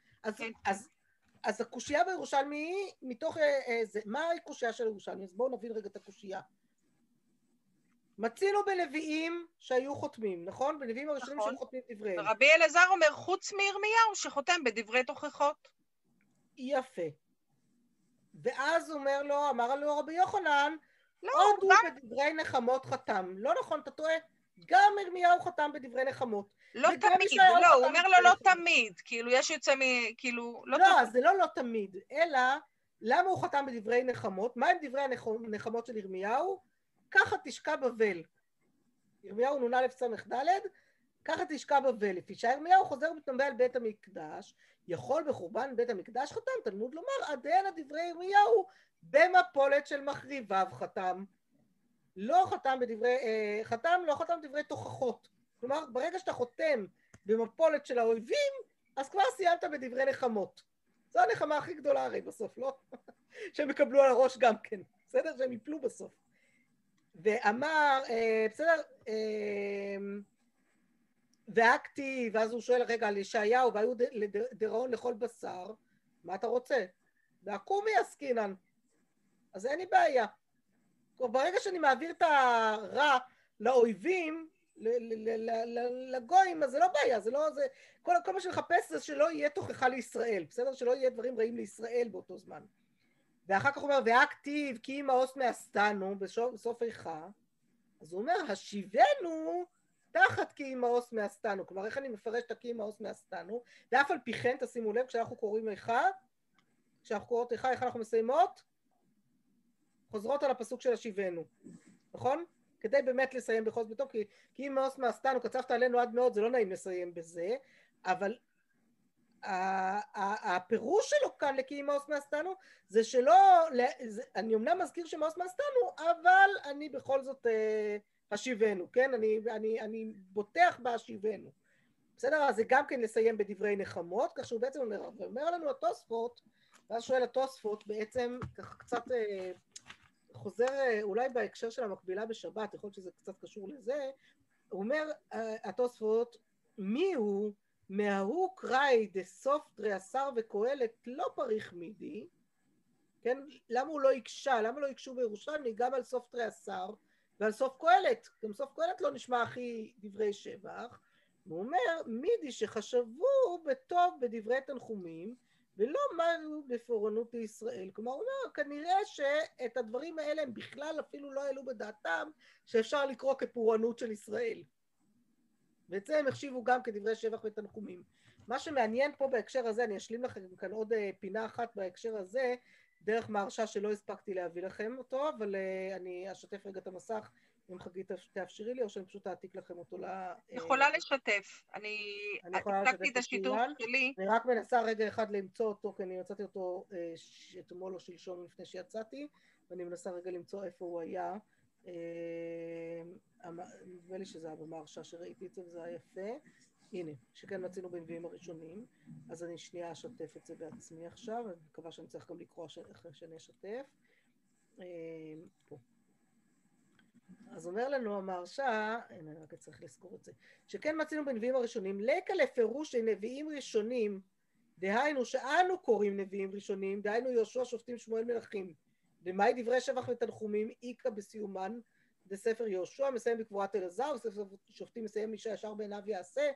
A: אז הקושייה בירושלמי מתוך זה, מה הקושייה של ירושלמי? אז בואו נבין רגע את הקושייה. מצינו בנביאים שהיו חותמים, נכון? בנביאים הראשונים שהיו חותמים דבריהם.
D: רבי אלעזר אומר חוץ מירמיהו שחותם בדברי תוכחות.
A: יפה. ואז אומר לו, אמר לו רבי יוחנן, עוד הוא בדברי נחמות חתם. לא נכון, אתה טועה. גם ירמיהו חתם בדברי נחמות.
D: לא תמיד, לא, הוא אומר לו לא תמיד, כאילו יש יוצא כאילו, לא תמיד.
A: לא, זה לא תמיד, אלא למה הוא חתם בדברי נחמות? מה הם דברי הנחמות של ירמיהו? ככה תשקע בבל. ירמיהו נ"א ס"ד, ככה תשקע בבל. לפי שירמיהו חוזר ומתנבא על בית המקדש, יכול בחורבן בית המקדש חתם, תלמוד לומר, עד הנה דברי ירמיהו במפולת של מחריביו חתם. לא חתם בדברי תוכחות. כלומר, ברגע שאתה חותם במפולת של האויבים, אז כבר סיימת בדברי נחמות. זו הנחמה הכי גדולה הרי בסוף, לא? שהם יקבלו על הראש גם כן, בסדר? שהם יפלו בסוף. ואמר, בסדר, והכתיב, ואז הוא שואל רגע על ישעיהו, והיו דראון לכל בשר, מה אתה רוצה? והקומי עסקינן. אז אין לי בעיה. ברגע שאני מעביר את הרע לאויבים, לגויים, אז זה לא בעיה, זה לא, זה, כל מה שנחפש זה שלא יהיה תוכחה לישראל, בסדר? שלא יהיה דברים רעים לישראל באותו זמן. ואחר כך הוא אומר, והכתיב, כי מאוס מעשתנו, בסוף איכה, אז הוא אומר, השיבנו תחת כי מאוס מעשתנו, כלומר, איך אני מפרש את כי מאוס מעשתנו, ואף על פי כן, תשימו לב, כשאנחנו קוראים איכה, כשאנחנו קוראות איכה, איך אנחנו מסיימות? חוזרות על הפסוק של השיבנו, נכון? כדי באמת לסיים בחוז ביתו, כי אם מאוס מעשתנו, קצבת עלינו עד מאוד, זה לא נעים לסיים בזה, אבל הפירוש שלו כאן לכי מאוס מעשתנו, זה שלא, אני אמנם מזכיר שמאוס מעשתנו, אבל אני בכל זאת השיבנו, כן? אני בוטח בהשיבנו. בסדר? אז זה גם כן לסיים בדברי נחמות, כך שהוא בעצם אומר לנו התוספות, ואז שואל התוספות, בעצם ככה קצת חוזר אולי בהקשר של המקבילה בשבת, יכול להיות שזה קצת קשור לזה, הוא אומר התוספות, מי הוא מההוא קראי דסוף תריעשר וקהלת לא פריך מידי, כן? למה הוא לא יקשה? למה לא יקשו בירושלמי גם על סוף תריעשר ועל סוף קהלת? גם סוף קהלת לא נשמע הכי דברי שבח. הוא אומר, מידי שחשבו בטוב בדברי תנחומים, ולא מרו בפורענות לישראל. כלומר, הוא אומר, כנראה שאת הדברים האלה הם בכלל אפילו לא העלו בדעתם שאפשר לקרוא כפורענות של ישראל. ואת זה הם החשיבו גם כדברי שבח ותנחומים. מה שמעניין פה בהקשר הזה, אני אשלים לכם כאן עוד פינה אחת בהקשר הזה, דרך מהרשה שלא הספקתי להביא לכם אותו, אבל אני אשתף רגע את המסך, אם חגית תאפשרי לי, או שאני פשוט אעתיק לכם אותו
D: יכולה לשתף. אני הפסקתי את השיתוף שלי.
A: אני רק מנסה רגע אחד למצוא אותו, כי אני מצאתי אותו אתמול או שלשום לפני שיצאתי, ואני מנסה רגע למצוא איפה הוא היה. נדמה לי שזה היה במהרשה שראיתי את זה, וזה היה יפה. הנה, שכן מצינו בנביאים הראשונים, אז אני שנייה אשתף את זה בעצמי עכשיו, אני מקווה שאני צריך גם לקרוא אחרי שאני אשתף. פה. אז אומר לנו המהרשה, אני רק צריך לזכור את זה, שכן מצינו בנביאים הראשונים, לקה לפירוש נביאים ראשונים, דהיינו שאנו קוראים נביאים ראשונים, דהיינו יהושע, שופטים, שמואל, מלכים, ומהי דברי שבח ותנחומים, איקה בסיומן, בספר יהושע מסיים בקבורת אלעזר, ספר שופטים מסיים מי שישר בעיניו יעשה,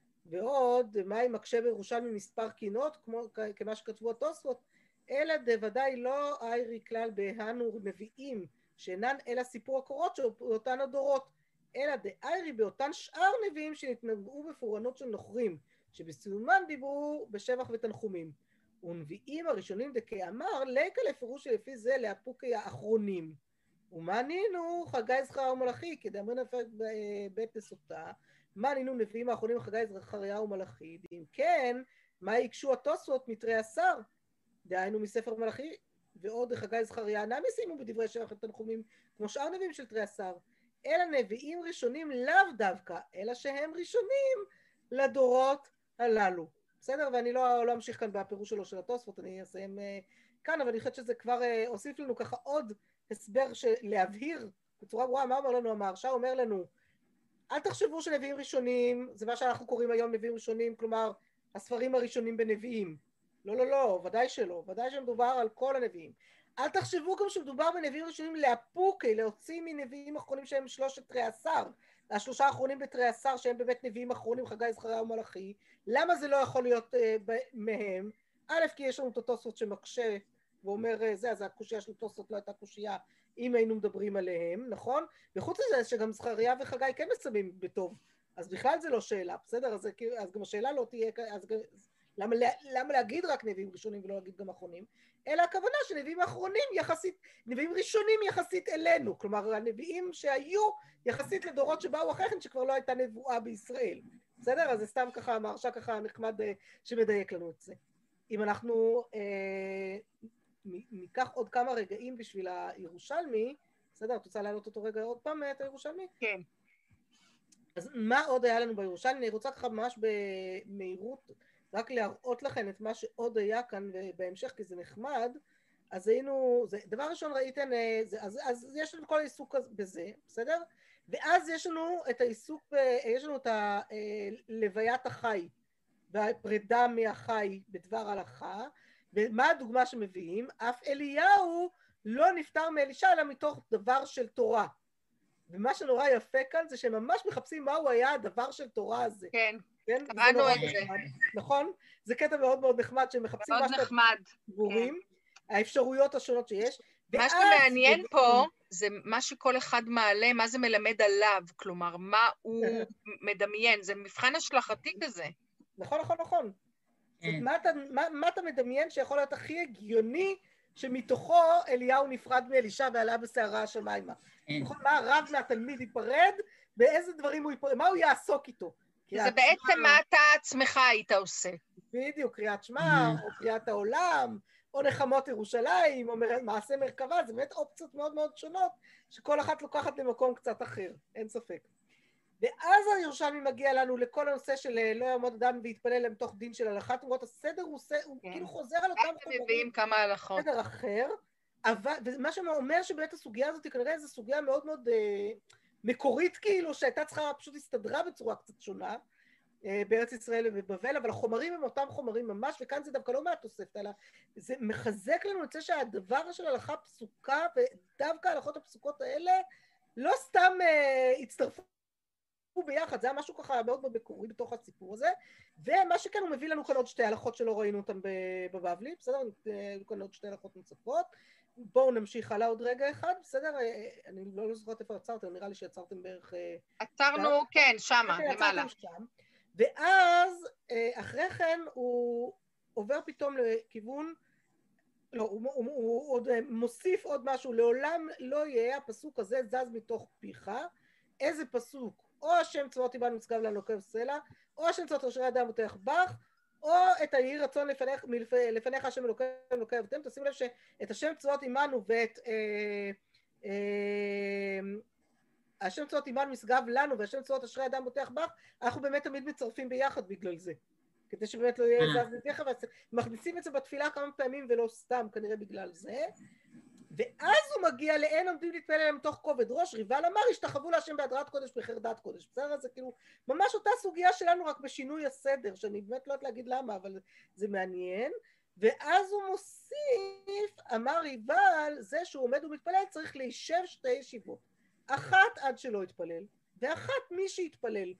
A: ועוד מהי מקשה בירושלמי מספר קינות, כמה שכתבו התוספות, אלא דוודאי לא איירי כלל בהנו נביאים, שאינן אלא סיפור הקורות של אותן הדורות, אלא דאיירי באותן שאר נביאים שנתנבאו בפורענות של נוכרים, שבסיומן דיברו בשבח ותנחומים. ונביאים הראשונים דכאמר, לקה לפירוש שלפי זה לאפוקי האחרונים. ומה נינו חגי זכריה ומלאכי, כדאמרין בית נסותה, מה נינו נביאים האחרונים חגי זכריה ומלאכי, אם כן, מה יקשו התוספות מתריעשר, דהיינו מספר מלאכי, ועוד חגי זכריה אינם יסיימו בדברי שבח ותנחומים, כמו שאר נביאים של תריעשר, אלא נביאים ראשונים לאו דווקא, אלא שהם ראשונים לדורות הללו. בסדר? ואני לא אמשיך כאן בפירוש שלו של התוספות, אני אסיים כאן, אבל אני חושבת שזה כבר הוסיף לנו ככה עוד הסבר להבהיר בצורה ברורה. מה אומר לנו המהרשה? אומר לנו, אל תחשבו שנביאים ראשונים, זה מה שאנחנו קוראים היום נביאים ראשונים, כלומר, הספרים הראשונים בנביאים. לא, לא, לא, ודאי שלא, ודאי שמדובר על כל הנביאים. אל תחשבו גם שמדובר בנביאים ראשונים לאפוקי, להוציא מנביאים אחרונים שהם שלושת תריעשר, השלושה האחרונים בתריעשר שהם באמת נביאים אחרונים, חגי זכריה ומלאכי. למה זה לא יכול להיות מהם? א', כי יש לנו את התוספות שמקשה ואומר זה, אז הקושייה של התוספות לא הייתה קושייה אם היינו מדברים עליהם, נכון? וחוץ לזה שגם זכריה וחגי כן מסיימים בטוב, אז בכלל זה לא שאלה, בסדר? אז גם השאלה לא תהיה, אז למה להגיד רק נביאים ראשונים ולא להגיד גם אחרונים? אלא הכוונה שנביאים אחרונים יחסית, נביאים ראשונים יחסית אלינו, כלומר הנביאים שהיו יחסית לדורות שבאו אחרי כן שכבר לא הייתה נבואה בישראל, בסדר? אז זה סתם ככה, המהרשה ככה נחמד שמדייק לנו את זה. אם אנחנו ניקח עוד כמה רגעים בשביל הירושלמי, בסדר? את רוצה להעלות אותו רגע עוד פעם את הירושלמי?
D: כן.
A: אז מה עוד היה לנו בירושלמי? אני רוצה ככה ממש במהירות, רק להראות לכם את מה שעוד היה כאן בהמשך, כי זה נחמד. אז היינו, דבר ראשון ראיתם, אז יש לנו כל העיסוק בזה, בסדר? ואז יש לנו את העיסוק, יש לנו את לוויית החי, והפרידה מהחי בדבר הלכה, ומה הדוגמה שמביאים? אף אליהו לא נפטר מאלישע, אלא מתוך דבר של תורה. ומה שנורא יפה כאן זה שהם ממש מחפשים מהו היה הדבר של תורה הזה.
D: כן,
A: כן?
D: קראנו את זה.
A: נכון? זה קטע מאוד מאוד נחמד, שהם מחפשים
D: מאוד נחמד.
A: דיבורים, האפשרויות השונות שיש.
D: מה שמעניין פה זה מה שכל אחד מעלה, מה זה מלמד עליו, כלומר, מה הוא מדמיין, זה מבחן השלכתי כזה.
A: נכון, נכון, נכון. מה אתה מדמיין שיכול להיות הכי הגיוני שמתוכו אליהו נפרד מאלישע ועלה בסערה השמיימה? נכון, מה הרב מהתלמיד ייפרד, באיזה דברים הוא ייפרד, מה הוא יעסוק איתו?
D: זה בעצם מה אתה עצמך היית עושה.
A: בדיוק, קריאת שמע, או קריאת העולם, או נחמות ירושלים, או מעשה מרכבה, זה באמת אופציות מאוד מאוד שונות, שכל אחת לוקחת למקום קצת אחר, אין ספק. ואז הירושלמי מגיע לנו לכל הנושא של לא יעמוד אדם ויתפלל למתוך דין של הלכת אומרות, הסדר הוא כאילו חוזר על אותם
D: חומרים. מביאים כמה הלכות.
A: סדר אחר, ומה שאומר שבאמת הסוגיה הזאת כנראה זו סוגיה מאוד מאוד מקורית כאילו, שהייתה צריכה פשוט הסתדרה בצורה קצת שונה, בארץ ישראל ובבבל, אבל החומרים הם אותם חומרים ממש, וכאן זה דווקא לא מהתוספת, אלא זה מחזק לנו את זה שהדבר של הלכה פסוקה, ודווקא ההלכות הפסוקות האלה, לא סתם הצטרפו ביחד, זה היה משהו ככה מאוד מאוד מקורי בתוך הסיפור הזה, ומה שכן הוא מביא לנו כאן עוד שתי הלכות שלא ראינו אותן בבבלי, בסדר? כאן עוד שתי הלכות נוספות, בואו נמשיך הלאה עוד רגע אחד, בסדר? אני לא זוכרת איפה עצרתם, נראה לי שיצרתם בערך...
D: עצרנו, כן, שמה, למעלה.
A: ואז אחרי כן הוא עובר פתאום לכיוון, לא, הוא עוד מוסיף עוד משהו, לעולם לא יהיה הפסוק הזה זז מתוך פיך, איזה פסוק? או השם צבאות עמנו משגב לנו עוקב סלע, או השם צבאות אשרי אדם מותח בך, או את היהי רצון לפניך השם אלוקי אבותיהם. תשימו לב שאת השם צבאות עמנו ואת השם צבאות עמנו משגב לנו והשם צבאות אשרי אדם מותח בך, אנחנו באמת תמיד מצרפים ביחד בגלל זה, כדי שבאמת לא יהיה זז מתיך, ומכניסים את זה בתפילה כמה פעמים ולא סתם כנראה בגלל זה. ואז הוא מגיע לאין עומדים להתפלל אליהם מתוך כובד ראש, ריבל אמר, השתחוו להשם בהדרת קודש בחרדת קודש. בסדר? זה כאילו ממש אותה סוגיה שלנו רק בשינוי הסדר, שאני באמת לא יודעת להגיד למה, אבל זה מעניין. ואז הוא מוסיף, אמר ריבל, זה שהוא עומד ומתפלל צריך להישב שתי ישיבות. אחת עד שלא יתפלל, ואחת מי שיתפלל.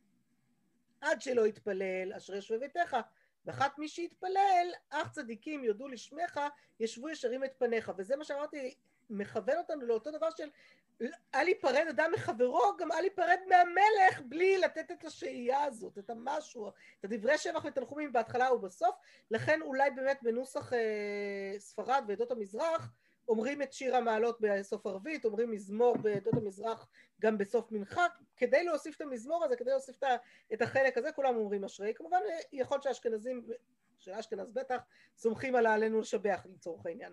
A: עד שלא יתפלל, אשרי יושבי ביתך. ואחת מי שיתפלל, אך צדיקים יודו לשמך, ישבו ישרים את פניך. וזה מה שאמרתי, מכוון אותנו לאותו דבר של אל ייפרד אדם מחברו, גם אל ייפרד מהמלך, בלי לתת את השהייה הזאת, את המשהו, את הדברי שבח ותנחומים בהתחלה ובסוף. לכן אולי באמת בנוסח ספרד ועדות המזרח, אומרים את שיר המעלות בסוף ערבית, אומרים מזמור בעדות המזרח גם בסוף מנחה, כדי להוסיף את המזמור הזה, כדי להוסיף את החלק הזה, כולם אומרים אשרי. כמובן יכול שהאשכנזים, של אשכנז בטח, סומכים על עלינו לשבח לצורך העניין.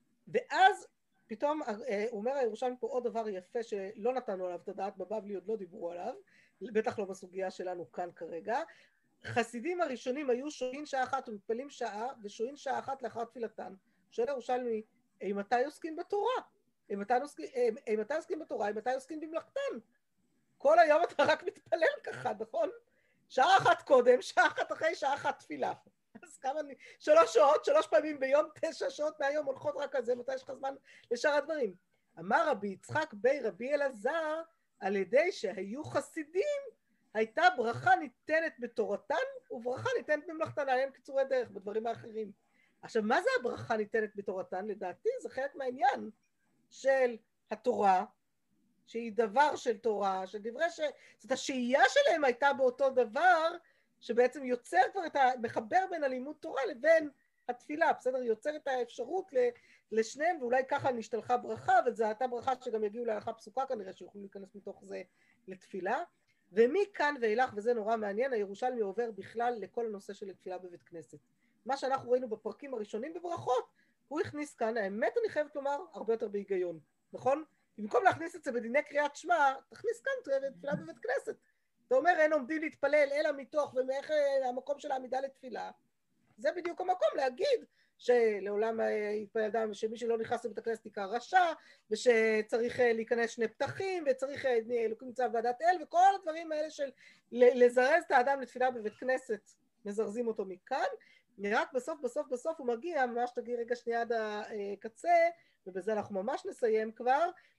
A: ואז פתאום הוא אומר הירושלמי פה עוד דבר יפה שלא נתנו עליו את הדעת בבבלי, עוד לא דיברו עליו, בטח לא בסוגיה שלנו כאן כרגע. חסידים הראשונים היו שוהים שעה אחת ומתפלים שעה, ושוהים שעה אחת לאחר תפילתן. שואל הירושלמי, מתי עוסקים בתורה? מתי עוסקים בתורה? מתי עוסקים במלאכתן? כל היום אתה רק מתפלל ככה, נכון? שעה אחת קודם, שעה אחת אחרי, שעה אחת תפילה. אז כמה, 3 שעות, 3 פעמים ביום, 9 שעות מהיום הולכות רק על זה, מתי יש לך זמן לשאר הדברים? אמר רבי יצחק בי רבי אלעזר, על ידי שהיו חסידים, הייתה ברכה ניתנת בתורתן, וברכה ניתנת במלאכתן, עליהם קיצורי דרך בדברים האחרים. עכשיו, מה זה הברכה ניתנת בתורתן? לדעתי זה חלק מהעניין של התורה, שהיא דבר של תורה, של דברי זאת השהייה שלהם הייתה באותו דבר, שבעצם יוצר כבר מחבר בין הלימוד תורה לבין התפילה, בסדר? יוצר את האפשרות לשניהם, ואולי ככה נשתלחה ברכה, וזו הייתה ברכה שגם יגיעו להלכה פסוקה כנראה, שיוכלו להיכנס מתוך זה לתפילה. ומכאן ואילך, וזה נורא מעניין, הירושלמי עובר בכלל לכל הנושא של תפילה בבית כנסת. מה שאנחנו ראינו בפרקים הראשונים בברכות, הוא הכניס כאן, האמת אני חייבת לומר, הרבה יותר בהיגיון, נכון? במקום להכניס את זה בדיני קריאת שמע, תכניס כאן תפילה בבית כנסת. אתה אומר, אין עומדים להתפלל, אלא מתוך, ומאיך המקום של העמידה לתפילה. זה בדיוק המקום להגיד, שלעולם יתפלל אדם, שמי שלא נכנס לבית הכנסת יקרא רשע, ושצריך להיכנס 2 פתחים, וצריך אלוקים נמצא בוועדת אל, וכל הדברים האלה של לזרז את האדם לתפילה בבית כנסת, מזרזים אותו מכאן, רק בסוף הוא מגיע, ממש תגיע רגע שנייה עד הקצה, ובזה אנחנו ממש נסיים כבר,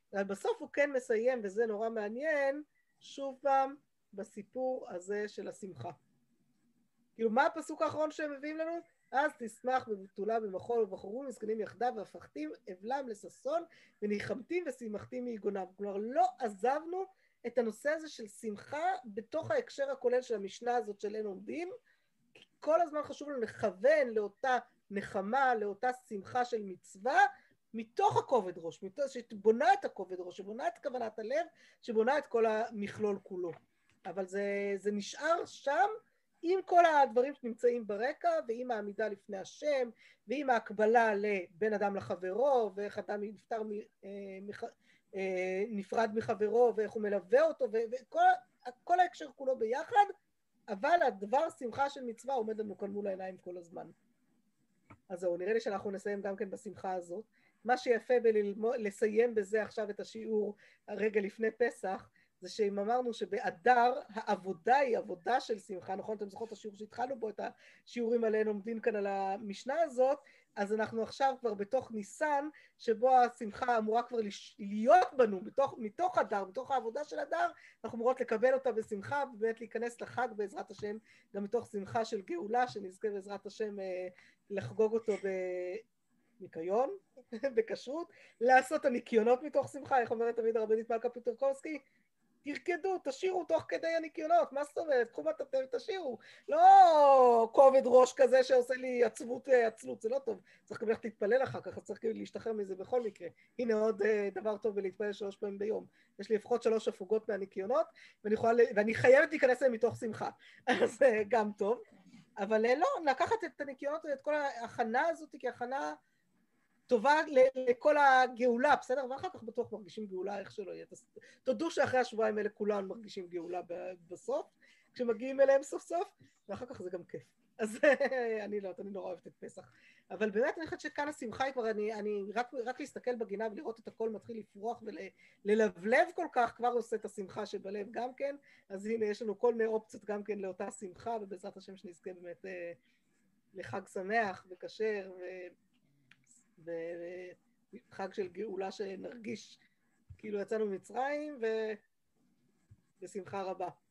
A: אבל בסוף הוא כן מסיים, וזה נורא מעניין, שוב פעם, בסיפור הזה של השמחה. כאילו, מה הפסוק האחרון שהם מביאים לנו? אז תשמח בבתולה במחול ובחורים מסכנים יחדיו והפכתים אבלם לששון וניחמתים ושימחתים מיגונם. כלומר, לא עזבנו את הנושא הזה של שמחה בתוך ההקשר הכולל של המשנה הזאת של אין עומדים, כי כל הזמן חשוב לנו לכוון לאותה נחמה, לאותה שמחה של מצווה, מתוך הכובד ראש, שבונה את הכובד ראש, שבונה את כוונת הלב, שבונה את כל המכלול כולו. אבל זה נשאר שם, עם כל הדברים שנמצאים ברקע, ועם העמידה לפני השם, ועם ההקבלה לבין אדם לחברו, ואיך אדם נפרד מחברו, ואיך הוא מלווה אותו, וכל ההקשר כולו ביחד, אבל הדבר שמחה של מצווה עומד לנו כאן מול העיניים כל הזמן. אז זהו, נראה לי שאנחנו נסיים גם כן בשמחה הזאת. מה שיפה לסיים בזה עכשיו את השיעור הרגע לפני פסח, זה שאם אמרנו שבאדר העבודה היא עבודה של שמחה, נכון? אתם זוכרות את השיעור שהתחלנו בו, את השיעורים עליהם עומדים כאן על המשנה הזאת, אז אנחנו עכשיו כבר בתוך ניסן, שבו השמחה אמורה כבר להיות בנו, מתוך אדר, בתוך העבודה של אדר, אנחנו אמורות לקבל אותה בשמחה, ובאמת להיכנס לחג בעזרת השם, גם מתוך שמחה של גאולה, שנזכה בעזרת השם לחגוג אותו בניקיון, בכשרות, לעשות הניקיונות מתוך שמחה, איך אומרת תמיד הרבנית מלכה פיטרקובסקי, תרקדו, תשירו תוך כדי הניקיונות, מה זאת אומרת? קחו מטאטא ותשירו, לא כובד ראש כזה שעושה לי עצלות, זה לא טוב, צריך גם איך להתפלל אחר כך, צריך להשתחרר מזה בכל מקרה. הנה עוד דבר טוב בלהתפלל 3 פעמים ביום, יש לי לפחות 3 הפוגות מהניקיונות, ואני חייבת להיכנס להם מתוך שמחה, אז גם טוב, אבל לא, לקחת את הניקיונות ואת כל ההכנה הזאת כהכנה טובה לכל הגאולה, בסדר? ואחר כך בטוח מרגישים גאולה איך שלא יהיה. תודו שאחרי השבועיים האלה כולם מרגישים גאולה בסוף, כשמגיעים אליהם סוף סוף, ואחר כך זה גם כיף. אז אני נורא אוהבת את פסח. אבל באמת אני חושבת שכאן השמחה היא כבר, אני רק להסתכל בגינה ולראות את הכל מתחיל לפרוח וללבלב כל כך, כבר עושה את השמחה שבלב גם כן, אז הנה יש לנו כל מיני אופציות גם כן לאותה שמחה, ובעזרת השם שנזכה באמת לחג שמח וכשר וחג של גאולה שנרגיש כאילו יצאנו ממצרים ובשמחה רבה.